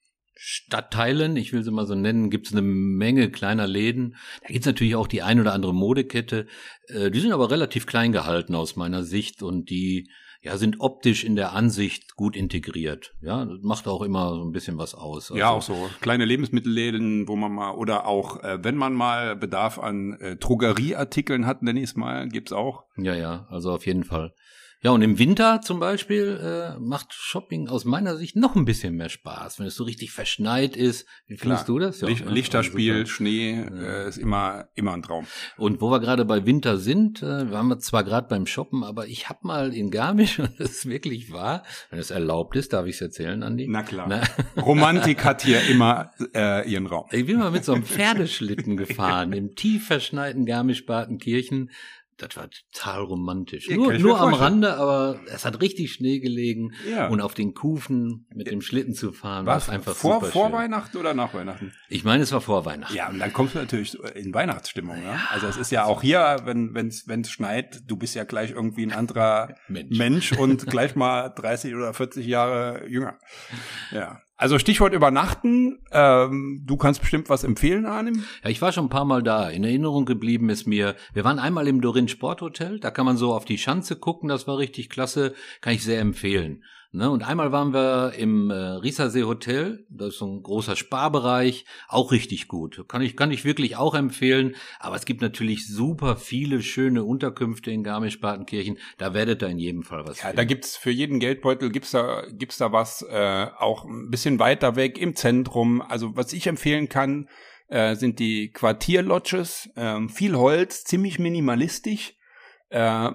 Stadtteilen, ich will sie mal so nennen, gibt es eine Menge kleiner Läden. Da gibt es natürlich auch die ein oder andere Modekette. Äh, die sind aber relativ klein gehalten aus meiner Sicht und die ja sind optisch in der Ansicht gut integriert. Ja, das macht auch immer so ein bisschen was aus. Also, ja, auch so kleine Lebensmittelläden, wo man mal oder auch, äh, wenn man mal Bedarf an äh, Drogerieartikeln hat, nenne ich es mal, gibt's auch. Ja, ja, also auf jeden Fall. Ja, und im Winter zum Beispiel äh, macht Shopping aus meiner Sicht noch ein bisschen mehr Spaß, wenn es so richtig verschneit ist. Wie findest du das? Ja, Licht, ja, Lichterspiel, also Schnee, ja. äh, ist immer immer ein Traum. Und wo wir gerade bei Winter sind, äh, wir haben zwar gerade beim Shoppen, aber ich habe mal in Garmisch, und das ist wirklich wahr, wenn es erlaubt ist, darf ich es erzählen, Andi? Na klar. Na? Romantik hat hier immer äh, ihren Raum. Ich bin mal mit so einem Pferdeschlitten gefahren, im tief verschneiten Garmisch-Partenkirchen. Das war total romantisch. Ja, nur nur am Rande, aber es hat richtig Schnee gelegen. Ja. Und auf den Kufen mit dem Schlitten zu fahren, war Was, einfach vor, super vor schön. Weihnachten oder nach Weihnachten? Ich meine, es war vor Weihnachten. Ja, und dann kommst du natürlich in Weihnachtsstimmung. Ja? Also es ist ja auch hier, wenn wenn's wenn's schneit, du bist ja gleich irgendwie ein anderer Mensch. Mensch und gleich mal dreißig oder vierzig Jahre jünger. Ja. Also Stichwort übernachten. Ähm, du kannst bestimmt was empfehlen, Arnim? Ja, ich war schon ein paar Mal da. In Erinnerung geblieben ist mir, wir waren einmal im Dorin Sporthotel, da kann man so auf die Schanze gucken, das war richtig klasse, kann ich sehr empfehlen. Ne? Und einmal waren wir im äh, Riesersee Hotel, das ist so ein großer Sparbereich, auch richtig gut. Kann ich, kann ich wirklich auch empfehlen, aber es gibt natürlich super viele schöne Unterkünfte in Garmisch-Partenkirchen, da werdet ihr in jedem Fall was Ja, finden. da gibt's für jeden Geldbeutel gibt's da gibt's da was äh, auch ein bisschen weiter weg im Zentrum. Also was ich empfehlen kann, äh, sind die Quartierlodges, äh, viel Holz, ziemlich minimalistisch. Äh,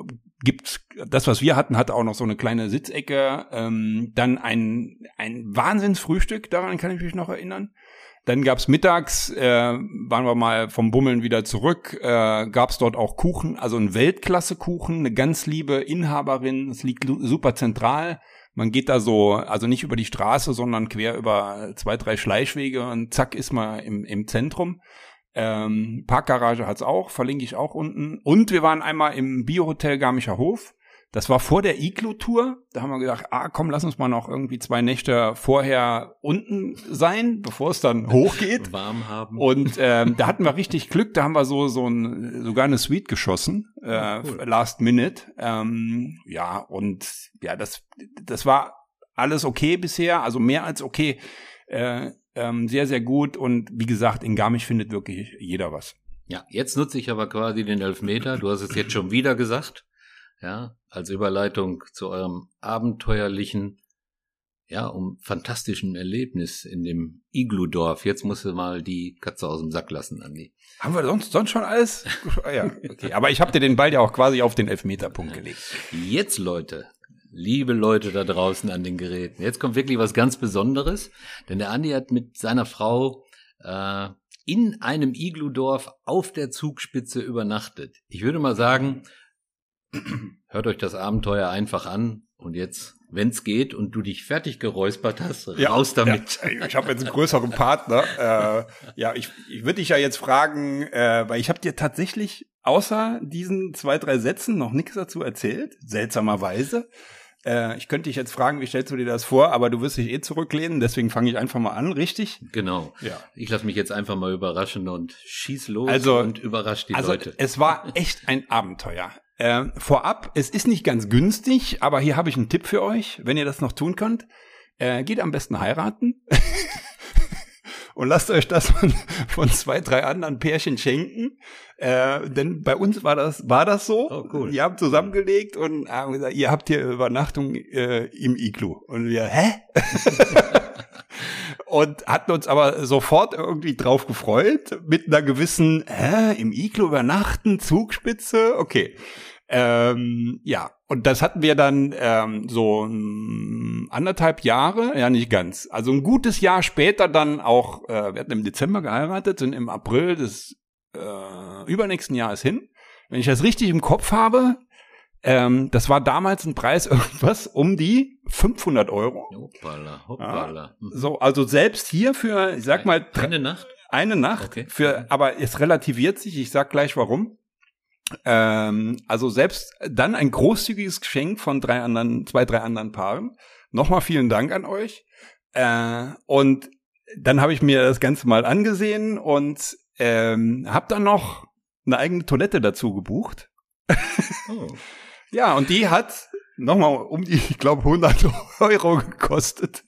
gibt das, was wir hatten, hatte auch noch so eine kleine Sitzecke, ähm, dann ein ein Wahnsinnsfrühstück, daran kann ich mich noch erinnern. Dann gab's mittags, äh, waren wir mal vom Bummeln wieder zurück, äh, gab's dort auch Kuchen, also ein Weltklasse-Kuchen, eine ganz liebe Inhaberin, es liegt super zentral. Man geht da so, also nicht über die Straße, sondern quer über zwei, drei Schleichwege und zack ist man im, im Zentrum. Ähm, Parkgarage hat's auch, verlinke ich auch unten. Und wir waren einmal im Biohotel Garmischer Hof. Das war vor der Iglu-Tour. Da haben wir gedacht, ah komm, lass uns mal noch irgendwie zwei Nächte vorher unten sein, bevor es dann hochgeht. Warm haben. Und ähm, da hatten wir richtig Glück. Da haben wir so so ein, sogar eine Suite geschossen, äh, oh, cool. Last Minute. Ähm, ja, und ja, das das war alles okay bisher, also mehr als okay. Äh, ähm, sehr, sehr gut. Und wie gesagt, in Garmisch findet wirklich jeder was. Ja, jetzt nutze ich aber quasi den Elfmeter. Du hast es jetzt schon wieder gesagt. Ja, als Überleitung zu eurem abenteuerlichen, ja, um fantastischen Erlebnis in dem Iglu-Dorf. Jetzt musst du mal die Katze aus dem Sack lassen, Andi. Haben wir sonst, sonst schon alles? Ja, okay. Aber ich habe dir den Ball ja auch quasi auf den Elfmeterpunkt gelegt. Jetzt, Leute, liebe Leute da draußen an den Geräten, jetzt kommt wirklich was ganz Besonderes, denn der Andi hat mit seiner Frau äh, in einem Iglu-Dorf auf der Zugspitze übernachtet. Ich würde mal sagen, hört euch das Abenteuer einfach an und jetzt, wenn's geht und du dich fertig geräuspert hast, ja, raus damit. Ja, ich habe jetzt einen größeren Partner. Äh, ja, ich, ich würde dich ja jetzt fragen, äh, weil ich habe dir tatsächlich außer diesen zwei, drei Sätzen noch nichts dazu erzählt, seltsamerweise. Äh, ich könnte dich jetzt fragen, wie stellst du dir das vor, aber du wirst dich eh zurücklehnen, deswegen fange ich einfach mal an, richtig? Genau. Ja. Ich lasse mich jetzt einfach mal überraschen und schieß los also, und überrasch die also Leute. Es war echt ein Abenteuer. Äh, vorab, es ist nicht ganz günstig, aber hier habe ich einen Tipp für euch, wenn ihr das noch tun könnt. Äh, geht am besten heiraten und lasst euch das von, von zwei, drei anderen Pärchen schenken. Äh, denn bei uns war das war das so. Oh, cool. Die haben zusammengelegt und haben gesagt, ihr habt hier Übernachtung äh, im Iglu. Und wir, hä? Und hatten uns aber sofort irgendwie drauf gefreut, mit einer gewissen, hä, im Iglu übernachten, Zugspitze, okay. Ähm, ja, und das hatten wir dann ähm, so m, anderthalb Jahre, ja nicht ganz, also ein gutes Jahr später dann auch, äh, wir hatten im Dezember geheiratet, sind im April des äh, übernächsten Jahres hin. Wenn ich das richtig im Kopf habe, ähm, das war damals ein Preis irgendwas um die fünfhundert Euro. Hoppala, hoppala. Ja, so, also selbst hier für, ich sag mal, eine Nacht? Eine Nacht, Okay. für, aber es relativiert sich, ich sag gleich warum. Ähm, also selbst dann ein großzügiges Geschenk von drei anderen, zwei, drei anderen Paaren. Nochmal vielen Dank an euch. Äh, und dann habe ich mir das Ganze mal angesehen und ähm, habe dann noch eine eigene Toilette dazu gebucht. Oh. Ja, und die hat nochmal um die, ich glaube, hundert Euro gekostet.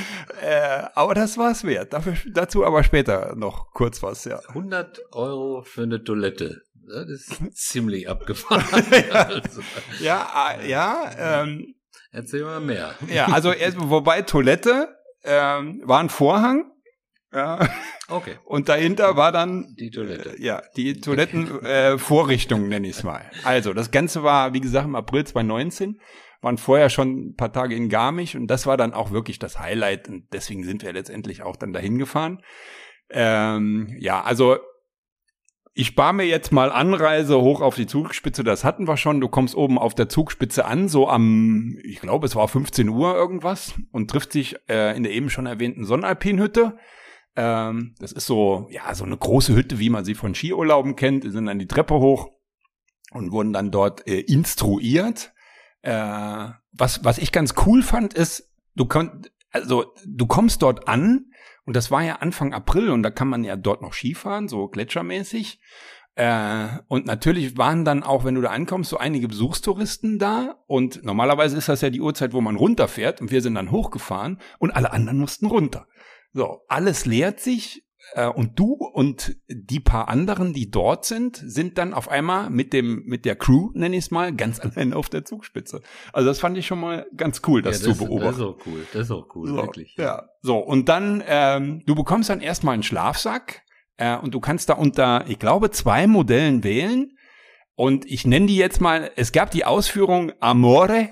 Äh, aber das war's wert. Dafür, dazu aber später noch kurz was, ja. hundert Euro für eine Toilette. Das ist ziemlich abgefahren. ja, Also, ja, äh, ja, ähm, erzähl mal mehr. ja, also erst, wobei Toilette ähm, war ein Vorhang. Ja. Okay. Und dahinter war dann Die Toilette. Äh, ja, die Toilettenvorrichtung, äh, nenne ich es mal. Also, das Ganze war, wie gesagt, im April zwanzig neunzehn. Waren vorher schon ein paar Tage in Garmisch und das war dann auch wirklich das Highlight und deswegen sind wir letztendlich auch dann dahin gefahren. Ähm, ja, also ich spare mir jetzt mal Anreise hoch auf die Zugspitze, das hatten wir schon. Du kommst oben auf der Zugspitze an, so am, ich glaube, es war fünfzehn Uhr irgendwas und trifft sich äh, in der eben schon erwähnten Sonnenalpinhütte. Ähm, das ist so, ja, so eine große Hütte, wie man sie von Skiurlauben kennt. Wir sind dann die Treppe hoch und wurden dann dort äh, instruiert. Äh, was, was ich ganz cool fand, ist, du konnt, also du kommst dort an und das war ja Anfang April und da kann man ja dort noch Skifahren, so gletschermäßig. Äh, und natürlich waren dann auch, wenn du da ankommst, so einige Besuchstouristen da und normalerweise ist das ja die Uhrzeit, wo man runterfährt und wir sind dann hochgefahren und alle anderen mussten runter. So, alles leert sich äh, und du und die paar anderen, die dort sind, sind dann auf einmal mit dem mit der Crew, nenne ich es mal, ganz allein auf der Zugspitze. Also das fand ich schon mal ganz cool, das, ja, das zu beobachten. Das ist auch cool, das ist auch cool, so, wirklich. Ja. ja, so und dann, ähm, du bekommst dann erstmal einen Schlafsack äh, und du kannst da unter, ich glaube, zwei Modellen wählen und ich nenne die jetzt mal, es gab die Ausführung Amore.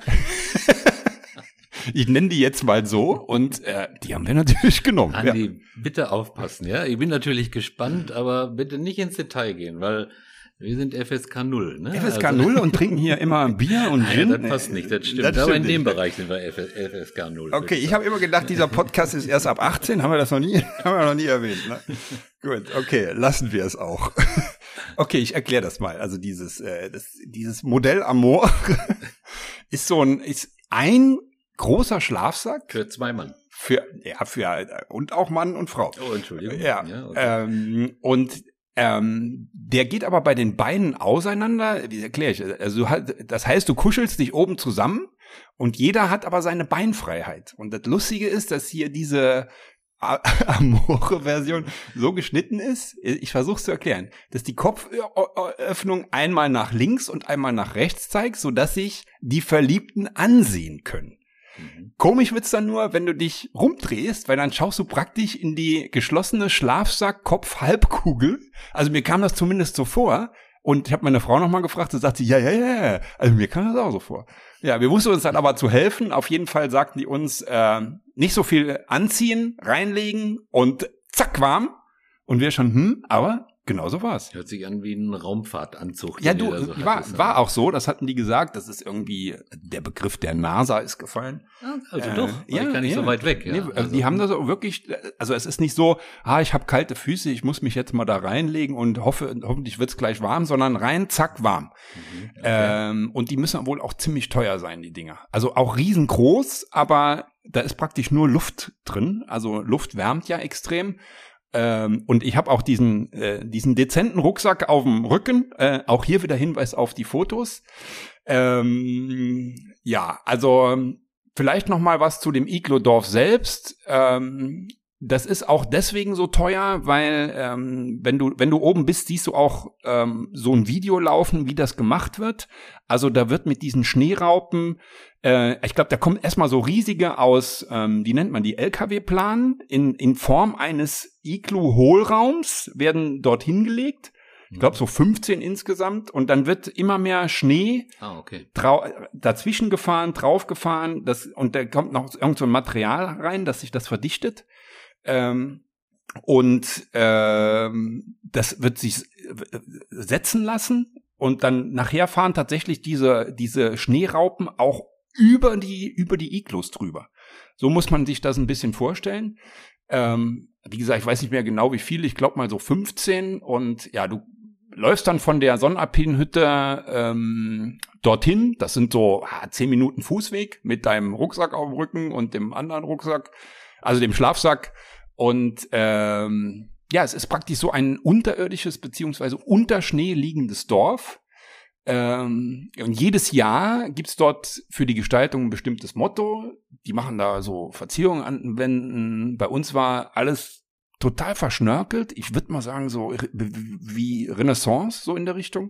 Ich nenne die jetzt mal so und äh, die haben wir natürlich genommen. Andi, ja. bitte aufpassen, ja. Ich bin natürlich gespannt, aber bitte nicht ins Detail gehen, weil wir sind F S K null, ne? F S K null also, und trinken hier immer Bier und Gin. Nein, das passt nicht, das stimmt. Das aber stimmt in dem nicht. Bereich sind wir F S K null. Okay, ich habe immer gedacht, dieser Podcast ist erst ab achtzehn. Haben wir das noch nie, haben wir noch nie erwähnt. Ne? Gut, okay, lassen wir es auch. Okay, ich erkläre das mal. Also dieses, äh, das, dieses Modell Amor ist so ein, ist ein großer Schlafsack. Für zwei Mann. Für, ja, für, und auch Mann und Frau. Oh, Entschuldigung. Ja, ja okay. ähm, und ähm, der geht aber bei den Beinen auseinander. Wie erkläre ich? Also das heißt, du kuschelst dich oben zusammen und jeder hat aber seine Beinfreiheit. Und das Lustige ist, dass hier diese Amore-Version so geschnitten ist, ich versuche es zu erklären, dass die Kopföffnung einmal nach links und einmal nach rechts zeigt, sodass sich die Verliebten ansehen können. Mhm. Komisch wird's dann nur, wenn du dich rumdrehst, weil dann schaust du praktisch in die geschlossene Schlafsack-Kopf-Halbkugel. Also mir kam das zumindest so vor. Und ich habe meine Frau nochmal gefragt, und sagt sie, ja, ja, ja. Also mir kam das auch so vor. Ja, wir wussten uns dann aber zu helfen. Auf jeden Fall sagten die uns, äh, nicht so viel anziehen, reinlegen und zack, warm. Und wir schon, hm, aber Genau so war's. Hört sich an wie ein Raumfahrtanzug. Ja, den du, da so war, hattest, war auch so, das hatten die gesagt, das ist irgendwie, der Begriff der NASA ist gefallen. Also Äh, doch, ja, ja, gar nicht ja. so weit weg. Ja. Nee, also, die haben das auch wirklich, also es ist nicht so, ah, ich habe kalte Füße, ich muss mich jetzt mal da reinlegen und hoffe, hoffentlich wird's gleich warm, sondern rein, zack, warm. Mhm, okay. Ähm, und die müssen wohl auch ziemlich teuer sein, die Dinger. Also auch riesengroß, aber da ist praktisch nur Luft drin. Also Luft wärmt ja extrem. Ähm, und ich habe auch diesen, äh, diesen dezenten Rucksack auf dem Rücken. Äh, auch hier wieder Hinweis auf die Fotos. Ähm, ja, also vielleicht noch mal was zu dem Iglodorf selbst. Ähm, das ist auch deswegen so teuer, weil ähm, wenn du wenn du oben bist, siehst du auch ähm, so ein Video laufen, wie das gemacht wird. Also da wird mit diesen Schneeraupen, äh, ich glaube, da kommen erstmal so riesige aus, ähm, wie nennt man die, L K W-Planen in in Form eines Iglu-Hohlraums werden dort hingelegt. Ich glaube so fünfzehn insgesamt und dann wird immer mehr Schnee Ah, okay. trau- dazwischen gefahren, draufgefahren, das und da kommt noch irgend so ein Material rein, dass sich das verdichtet. Ähm, und ähm, das wird sich setzen lassen und dann nachher fahren tatsächlich diese diese Schneeraupen auch über die über die Iglus drüber. So muss man sich das ein bisschen vorstellen. Ähm, wie gesagt, ich weiß nicht mehr genau wie viele, ich glaube mal so fünfzehn und ja, du läufst dann von der Sonnenalpinenhütte ähm, dorthin, das sind so ah, zehn Minuten Fußweg mit deinem Rucksack auf dem Rücken und dem anderen Rucksack, also dem Schlafsack und ähm, ja, es ist praktisch so ein unterirdisches beziehungsweise unter Schnee liegendes Dorf. Ähm, und jedes Jahr gibt's dort für die Gestaltung ein bestimmtes Motto. Die machen da so Verzierungen an den Wänden. Bei uns war alles total verschnörkelt. Ich würde mal sagen, so re- wie Renaissance, so in der Richtung.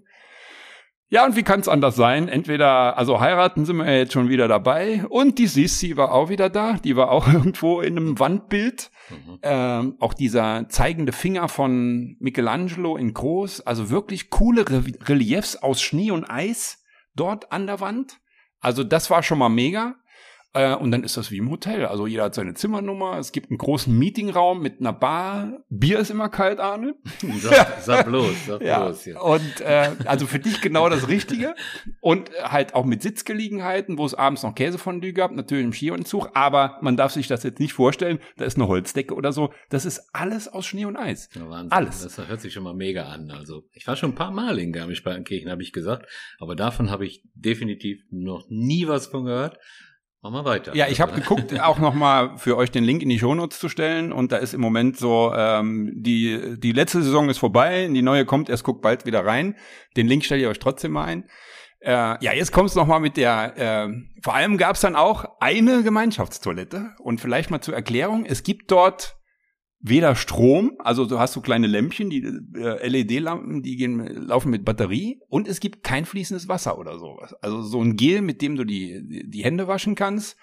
Ja, und wie kann es anders sein? Entweder, also heiraten sind wir ja jetzt schon wieder dabei. Und die Sissi war auch wieder da. Die war auch irgendwo in einem Wandbild. Mhm. Ähm, auch dieser zeigende Finger von Michelangelo in groß. Also wirklich coole Re- Reliefs aus Schnee und Eis dort an der Wand. Also das war schon mal mega. Äh, und dann ist das wie im Hotel. Also jeder hat seine Zimmernummer. Es gibt einen großen Meetingraum mit einer Bar. Bier ist immer kalt, Arne. Sag, sag bloß, sag Ja, bloß. Ja. und äh, also für dich genau das Richtige. Und halt auch mit Sitzgelegenheiten, wo es abends noch Käsefondue gab, natürlich im Skianzug. Aber man darf sich das jetzt nicht vorstellen, da ist eine Holzdecke oder so. Das ist alles aus Schnee und Eis. Ja, Wahnsinn. Alles. Das hört sich schon mal mega an. Also ich war schon ein paar Mal in Garmisch-Partenkirchen, habe ich gesagt. Aber davon habe ich definitiv noch nie was von gehört. Machen wir weiter. Ja, ich habe geguckt, auch noch mal für euch den Link in die Shownotes zu stellen. Und da ist im Moment so, ähm, die die letzte Saison ist vorbei, die neue kommt, erst guckt bald wieder rein. Den Link stelle ich euch trotzdem mal ein. Äh, ja, jetzt kommt's noch mal mit der, äh, vor allem gab's dann auch eine Gemeinschaftstoilette. Und vielleicht mal zur Erklärung, es gibt dort weder Strom, also du hast so kleine Lämpchen, die äh, L E D-Lampen, die gehen, laufen mit Batterie und es gibt kein fließendes Wasser oder sowas. Also so ein Gel, mit dem du die, die Hände waschen kannst.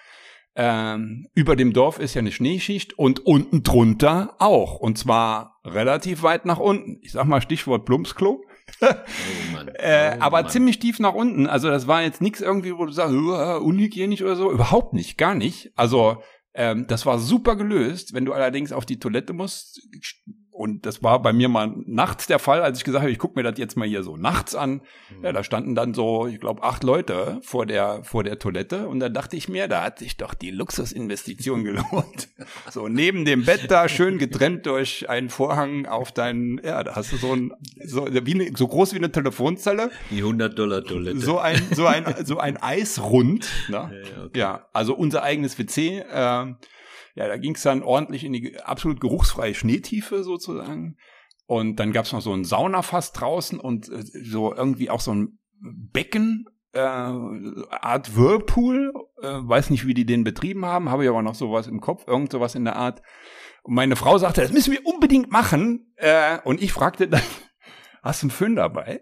Ähm, über dem Dorf ist ja eine Schneeschicht und unten drunter auch. Und zwar relativ weit nach unten. Ich sag mal Stichwort Plumpsklo. Oh Mann. Äh, Oh aber Mann. ziemlich tief nach unten. Also das war jetzt nichts irgendwie, wo du sagst, uh, unhygienisch oder so. Überhaupt nicht, gar nicht. Also ähm, das war super gelöst. Wenn du allerdings auf die Toilette musst, und das war bei mir mal nachts der Fall, als ich gesagt habe, ich gucke mir das jetzt mal hier so nachts an. Ja, da standen dann so, ich glaube, acht Leute vor der vor der Toilette und da dachte ich mir, da hat sich doch die Luxusinvestition gelohnt. So neben dem Bett da schön getrennt durch einen Vorhang auf deinen, ja, da hast du so ein so wie eine, so groß wie eine Telefonzelle, Die hundert-Dollar-Toilette. so ein so ein so ein Eisrund, ne? Ja, ja, okay. Ja, also unser eigenes W C. Äh, ja, da ging's dann ordentlich in die absolut geruchsfreie Schneetiefe sozusagen. Und dann gab's noch so ein Saunafass draußen und äh, so irgendwie auch so ein Becken, äh, Art Whirlpool. Äh, weiß nicht, wie die den betrieben haben, habe ich aber noch sowas im Kopf, irgend sowas in der Art. Und meine Frau sagte, das müssen wir unbedingt machen. Äh, und ich fragte dann, hast du einen Föhn dabei?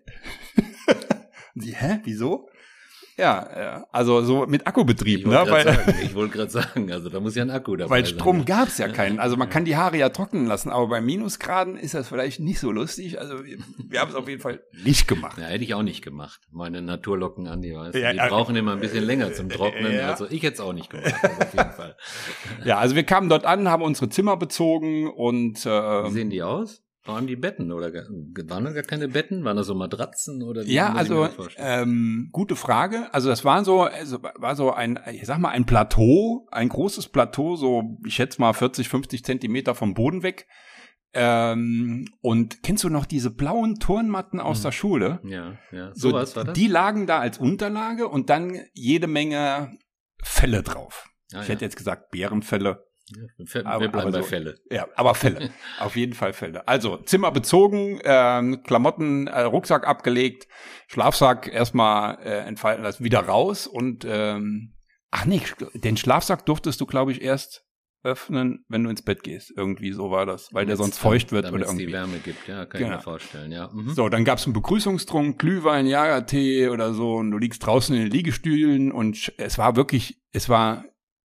Und sie, hä, wieso? Ja, ja, also so mit Akkubetrieb, Ich ne? wollte Weil, gerade sagen, ich wollte gerade sagen, also da muss ja ein Akku dabei weil sein. Strom ja. gab's ja keinen. Also man kann die Haare ja trocknen lassen, aber bei Minusgraden ist das vielleicht nicht so lustig. Also wir, wir haben es auf jeden Fall nicht gemacht. Ja, hätte ich auch nicht gemacht. Meine Naturlocken an, die weißt du, Ja, die ja. brauchen immer ein bisschen länger zum Trocknen. Ja. Also ich hätte es auch nicht gemacht, also auf jeden Fall. Ja, also wir kamen dort an, haben unsere Zimmer bezogen und Wie äh, sehen die aus? Vor allem die Betten, oder waren da gar keine Betten? Waren da so Matratzen? Oder wie Ja, muss ich mir also das vorstellen? ähm, gute Frage. Also das war so, also war so ein, ich sag mal, ein Plateau, ein großes Plateau, so ich schätze mal vierzig, fünfzig Zentimeter vom Boden weg. Ähm, und kennst du noch diese blauen Turnmatten aus Hm. der Schule? Ja, ja. So, Sowas war das? die lagen da als Unterlage und dann jede Menge Felle drauf. Ah, ich ja. hätte jetzt gesagt Bärenfelle. Ja, wir aber- bleiben aber bei so- Fälle. Ja, aber Felle. Auf jeden Fall Felle. Also Zimmer bezogen, ähm, Klamotten, äh, Rucksack abgelegt, Schlafsack erstmal äh, entfalten lassen, wieder raus und ähm, ach nee, den Schlafsack durftest du, glaube ich, erst öffnen, wenn du ins Bett gehst. Irgendwie so war das, weil der Damit's- sonst feucht wird damit's oder irgendwie. die Wärme gibt, ja, kann Genau. ich mir vorstellen, ja. Mhm. So, dann gab's einen Begrüßungstrunk, Glühwein, Jagertee oder so und du liegst draußen in den Liegestühlen und sch- es war wirklich, es war,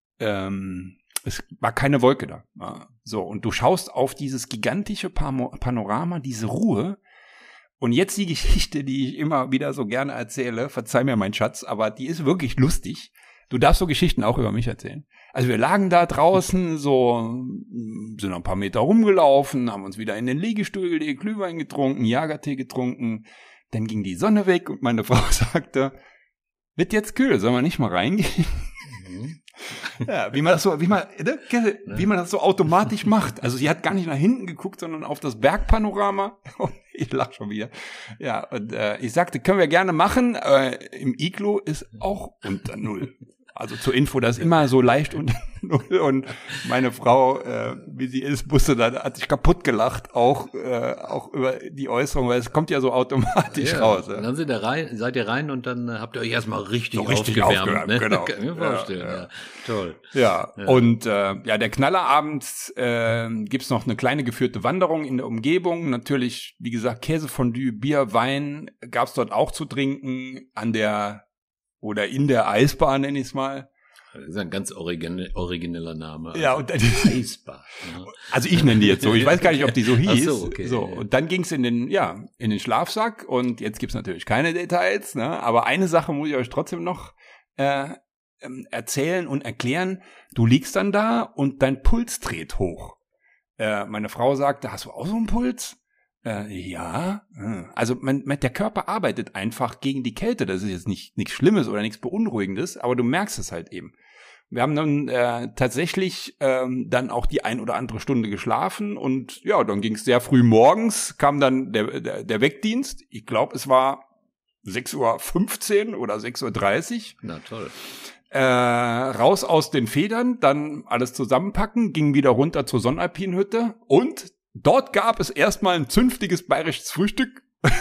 ähm, es war keine Wolke da. Ja, so, und du schaust auf dieses gigantische Pamo- Panorama, diese Ruhe. Und jetzt die Geschichte, die ich immer wieder so gerne erzähle, verzeih mir mein Schatz, aber die ist wirklich lustig. Du darfst so Geschichten auch über mich erzählen. Also wir lagen da draußen, so, mm, sind noch ein paar Meter rumgelaufen, haben uns wieder in den Liegestuhl gelegt, Glühwein getrunken, Jagertee getrunken. Dann ging die Sonne weg und meine Frau sagte, wird jetzt kühl, sollen wir nicht mal reingehen? Mhm. Ja, wie man das so, wie man, ne, wie man das so automatisch macht. Also sie hat gar nicht nach hinten geguckt, sondern auf das Bergpanorama. Ich lach schon wieder. Ja, und äh, ich sagte, können wir gerne machen. Äh, Im Iglu ist auch unter Null. Also zur Info, das ist immer so leicht unter Null. Und meine Frau, äh, wie sie ist, musste da, hat sich kaputt gelacht, auch äh, auch über die Äußerung, weil es kommt ja so automatisch Ja, raus. und Ja. dann seid ihr rein, seid ihr rein und dann äh, habt ihr euch erstmal richtig, So richtig aufgewärmt. aufgewärmt, Ne? genau. Kann ich mir Ja, vorstellen, ja. ja. Toll. Ja, Ja. und äh, ja, der Knallerabend äh, gibt's noch eine kleine geführte Wanderung in der Umgebung. Natürlich, wie gesagt, Käsefondue, Bier, Wein gab's dort auch zu trinken an der oder in der Eisbahn, nenn ich's mal. Das ist ein ganz origine, origineller Name. Ja, und dann, Eisbach. Ja. also ich nenne die jetzt so. Ich weiß gar nicht, ob die so hieß. Ach so, okay. so, und dann ging's in den, ja, in den Schlafsack und jetzt gibt's natürlich keine Details, ne? Aber eine Sache muss ich euch trotzdem noch äh, ähm, erzählen und erklären. Du liegst dann da und dein Puls dreht hoch. Äh, meine Frau sagte, hast du auch so einen Puls? Äh, ja. Hm. Also man, man, der Körper arbeitet einfach gegen die Kälte. Das ist jetzt nicht nichts Schlimmes oder nichts Beunruhigendes, aber du merkst es halt eben. Wir haben dann äh, tatsächlich ähm, dann auch die ein oder andere Stunde geschlafen und ja, dann ging es sehr früh morgens, kam dann der, der, der Wegdienst. Ich glaube, es war sechs Uhr fünfzehn oder sechs Uhr dreißig. Na toll. Äh, raus aus den Federn, dann alles zusammenpacken, ging wieder runter zur Sonnenalpinhütte und dort gab es erstmal ein zünftiges bayerisches Frühstück,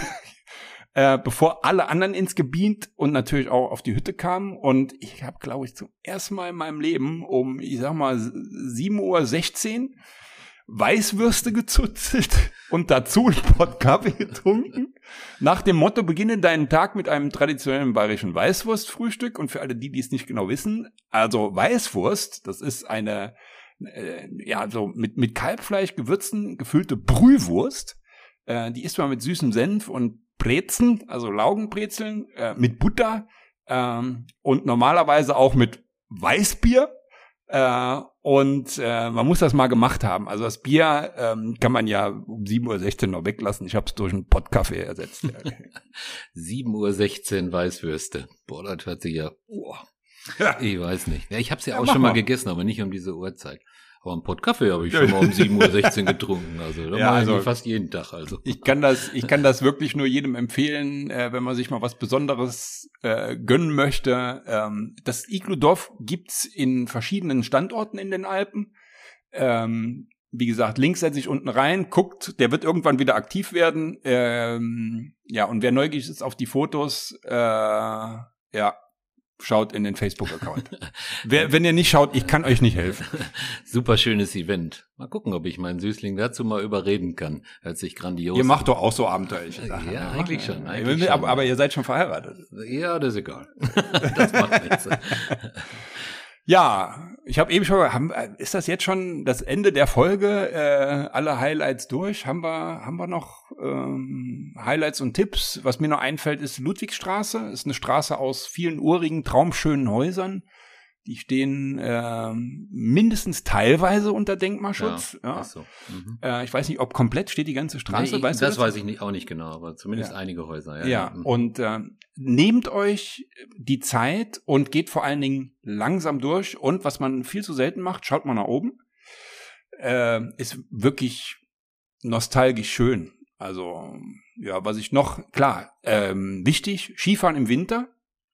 äh, bevor alle anderen ins Gebiet und natürlich auch auf die Hütte kamen. Und ich habe, glaube ich, zum ersten Mal in meinem Leben um, ich sag mal, sieben Uhr sechzehn Weißwürste gezuzelt und dazu einen Pott Kaffee getrunken. Nach dem Motto, beginne deinen Tag mit einem traditionellen bayerischen Weißwurstfrühstück. Und für alle die, die es nicht genau wissen, also Weißwurst, das ist eine, äh, ja, so mit, mit Kalbfleisch gewürzen, gefüllte Brühwurst. Äh, die isst man mit süßem Senf und Brezen, also Laugenbrezeln, äh, mit Butter ähm, und normalerweise auch mit Weißbier. Äh, und äh, man muss das mal gemacht haben. Also das Bier ähm, kann man ja um sieben Uhr sechzehn noch weglassen. Ich habe es durch einen Pottkaffee ersetzt. sieben Uhr sechzehn Weißwürste. Boah, das hört sich ja, boah, Ja. ich weiß nicht. Ja, ich habe es ja, Ja, auch mach schon mal mal. gegessen, aber nicht um diese Uhrzeit. Aber einen Pott Kaffee habe ich schon mal um sieben Uhr sechzehn getrunken. Also da Ja, mache ich also- fast jeden Tag. Also Ich kann das, ich kann das wirklich nur jedem empfehlen, äh, wenn man sich mal was Besonderes äh, gönnen möchte. Ähm, das Iglu-Dorf gibt's in verschiedenen Standorten in den Alpen. Ähm, wie gesagt, Link setze ich unten rein, guckt, der wird irgendwann wieder aktiv werden. Ähm, ja, und wer neugierig ist auf die Fotos, äh, ja, schaut in den Facebook-Account. Wer, wenn ihr nicht schaut, ich kann euch nicht helfen. super schönes Event. Mal gucken, ob ich meinen Süßling dazu mal überreden kann. Hört sich grandios. Ihr macht doch auch so abenteuerliche Sachen. Ja, ne? eigentlich schon, eigentlich aber, schon. aber ihr seid schon verheiratet. Ja, das ist egal. Das macht nichts. Ja, ich habe eben schon, haben, ist das jetzt schon das Ende der Folge? Äh, alle Highlights durch? Haben wir, haben wir noch ähm, Highlights und Tipps? Was mir noch einfällt, ist Ludwigstraße. Ist eine Straße aus vielen urigen, traumschönen Häusern. Die stehen äh, mindestens teilweise unter Denkmalschutz. Ja, ja. Ist so. Mhm. Äh, ich weiß nicht, ob komplett steht die ganze Straße. Nee, weißt das du das? weiß ich nicht, auch nicht genau, aber zumindest ja. einige Häuser. Ja, ja. ja. und äh, nehmt euch die Zeit und geht vor allen Dingen langsam durch. Und was man viel zu selten macht, schaut mal nach oben. Äh, ist wirklich nostalgisch schön. Also, ja, was ich noch, klar, ähm, wichtig, Skifahren im Winter.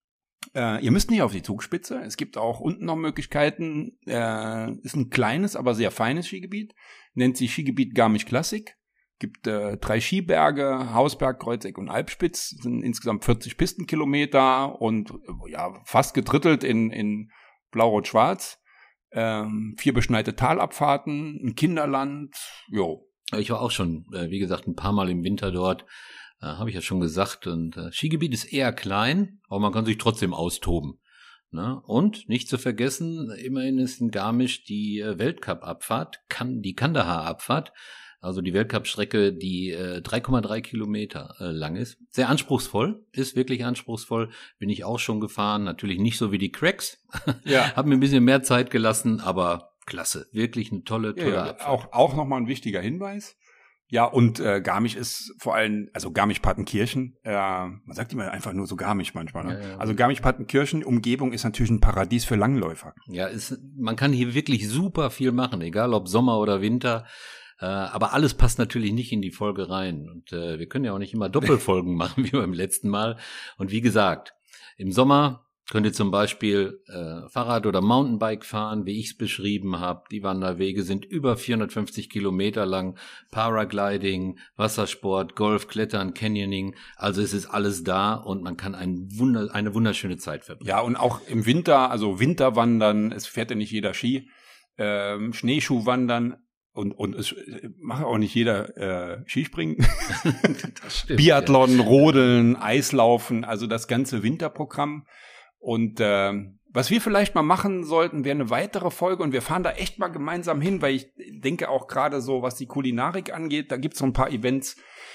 Äh, ihr müsst nicht auf die Zugspitze. Es gibt auch unten noch Möglichkeiten. Äh, ist ein kleines, aber sehr feines Skigebiet. Nennt sich Skigebiet Garmisch Klassik. Gibt äh, drei Skiberge, Hausberg, Kreuzeck und Alpspitz. Das sind insgesamt vierzig Pistenkilometer und äh, ja, fast gedrittelt in, in Blau-Rot-Schwarz. Ähm, vier beschneite Talabfahrten, ein Kinderland. Jo. Ich war auch schon, äh, wie gesagt, ein paar Mal im Winter dort. Äh, Habe ich ja schon gesagt. Und äh, Skigebiet ist eher klein, aber man kann sich trotzdem austoben. Ne? Und nicht zu vergessen, immerhin ist in Garmisch die äh, Weltcup-Abfahrt, kann, die Kandahar-Abfahrt, also die Weltcup-Strecke, die äh, drei Komma drei Kilometer äh, lang ist. Sehr anspruchsvoll, ist wirklich anspruchsvoll. Bin ich auch schon gefahren, natürlich nicht so wie die Cracks. Ja. Hab mir ein bisschen mehr Zeit gelassen, aber klasse, wirklich eine tolle, tolle ja, Abfahrt. Auch, auch nochmal ein wichtiger Hinweis. Ja, und äh, Garmisch ist vor allem, also Garmisch-Partenkirchen, äh, man sagt immer einfach nur so Garmisch manchmal. Ne? Ja, ja. Also Garmisch-Partenkirchen, Umgebung ist natürlich ein Paradies für Langläufer. Ja, ist, man kann hier wirklich super viel machen, egal ob Sommer oder Winter. Äh, aber alles passt natürlich nicht in die Folge rein. Und äh, wir können ja auch nicht immer Doppelfolgen machen, wie beim letzten Mal. Und wie gesagt, im Sommer könnt ihr zum Beispiel äh, Fahrrad oder Mountainbike fahren, wie ich es beschrieben habe. Die Wanderwege sind über vierhundertfünfzig Kilometer lang. Paragliding, Wassersport, Golf, Klettern, Canyoning. Also es ist alles da und man kann ein Wunder, eine wunderschöne Zeit verbringen. Ja, und auch im Winter, also Winterwandern, es fährt ja nicht jeder Ski. Ähm, Schneeschuhwandern. Und, und es macht auch nicht jeder äh, Skispringen. Das stimmt, Biathlon, ja. Rodeln, Eislaufen, also das ganze Winterprogramm. Und äh, was wir vielleicht mal machen sollten, wäre eine weitere Folge. Und wir fahren da echt mal gemeinsam hin, weil ich denke auch gerade so, was die Kulinarik angeht, da gibt's so ein paar Events,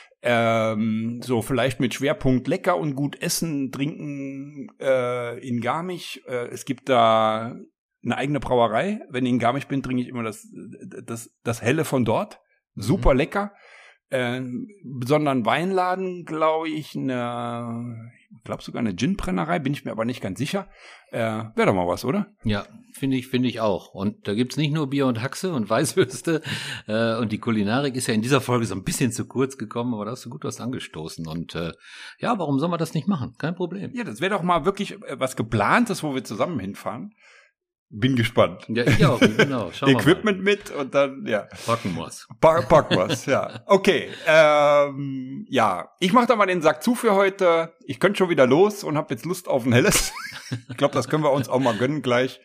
ähm, so vielleicht mit Schwerpunkt lecker und gut essen, trinken äh, in Garmisch. Äh, es gibt da eine eigene Brauerei. Wenn ich in Garmisch bin, trinke ich immer das, das, das Helle von dort. Super mhm. lecker. Äh, besonderen Weinladen, glaube ich, eine, ich glaube sogar eine Gin-Brennerei, bin ich mir aber nicht ganz sicher. Äh, Wäre doch mal was, oder? Ja, finde ich, finde ich auch. Und da gibt's nicht nur Bier und Haxe und Weißwürste. Äh, und die Kulinarik ist ja in dieser Folge so ein bisschen zu kurz gekommen, aber da hast du gut was angestoßen. Und äh, ja, warum soll man das nicht machen? Kein Problem. Ja, das wäre doch mal wirklich was Geplantes, wo wir zusammen hinfahren. Bin gespannt. Ja, ich auch, genau. Schauen Equipment mit und dann, ja. Packen wir's. Pa- packen wir's, ja. Okay, ähm, ja. Ich mach da mal den Sack zu für heute. Ich könnte schon wieder los und habe jetzt Lust auf ein Helles. Ich glaube, das können wir uns auch mal gönnen gleich.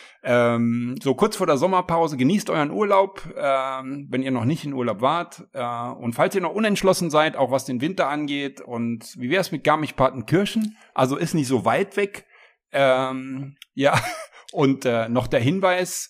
Ähm, so kurz vor der Sommerpause, genießt euren Urlaub, ähm, wenn ihr noch nicht in Urlaub wart. Äh, und falls ihr noch unentschlossen seid, auch was den Winter angeht. Und wie wär's mit Garmisch-Partenkirchen? Also ist nicht so weit weg. Ähm, ja. Und äh, noch der Hinweis,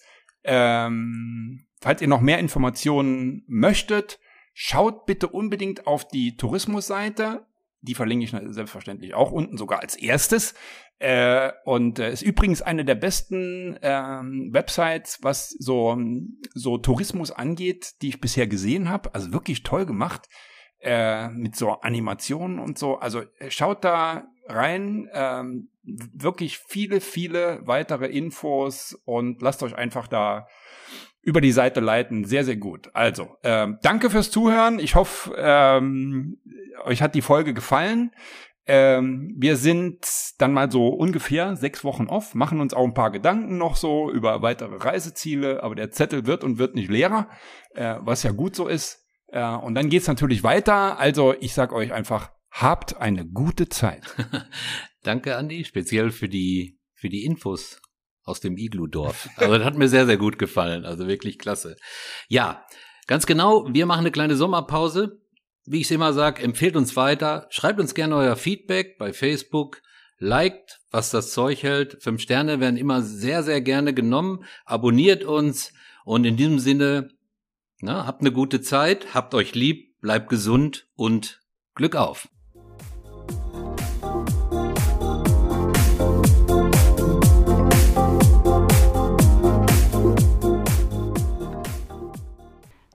ähm, falls ihr noch mehr Informationen möchtet, schaut bitte unbedingt auf die Tourismusseite. Die verlinke ich selbstverständlich auch unten, sogar als erstes. Äh, und äh, ist übrigens eine der besten ähm, Websites, was so, so Tourismus angeht, die ich bisher gesehen habe. Also wirklich toll gemacht. Äh, mit so Animationen und so. Also äh, schaut da rein. Ähm, wirklich viele, viele weitere Infos und lasst euch einfach da über die Seite leiten. Sehr, sehr gut. Also, ähm, danke fürs Zuhören. Ich hoffe, ähm, euch hat die Folge gefallen. Ähm, wir sind dann mal so ungefähr sechs Wochen off, machen uns auch ein paar Gedanken noch so über weitere Reiseziele, aber der Zettel wird und wird nicht leerer, äh, was ja gut so ist. Äh, und dann geht's natürlich weiter. Also, ich sag euch einfach, habt eine gute Zeit. Danke, Andi, speziell für die, für die Infos aus dem Iglu-Dorf. Also das hat mir sehr, sehr gut gefallen. Also wirklich klasse. Ja, ganz genau. Wir machen eine kleine Sommerpause. Wie ich es immer sage, empfehlt uns weiter. Schreibt uns gerne euer Feedback bei Facebook. Liked, was das Zeug hält. Fünf Sterne werden immer sehr, sehr gerne genommen. Abonniert uns. Und in diesem Sinne, na, habt eine gute Zeit. Habt euch lieb. Bleibt gesund und Glück auf.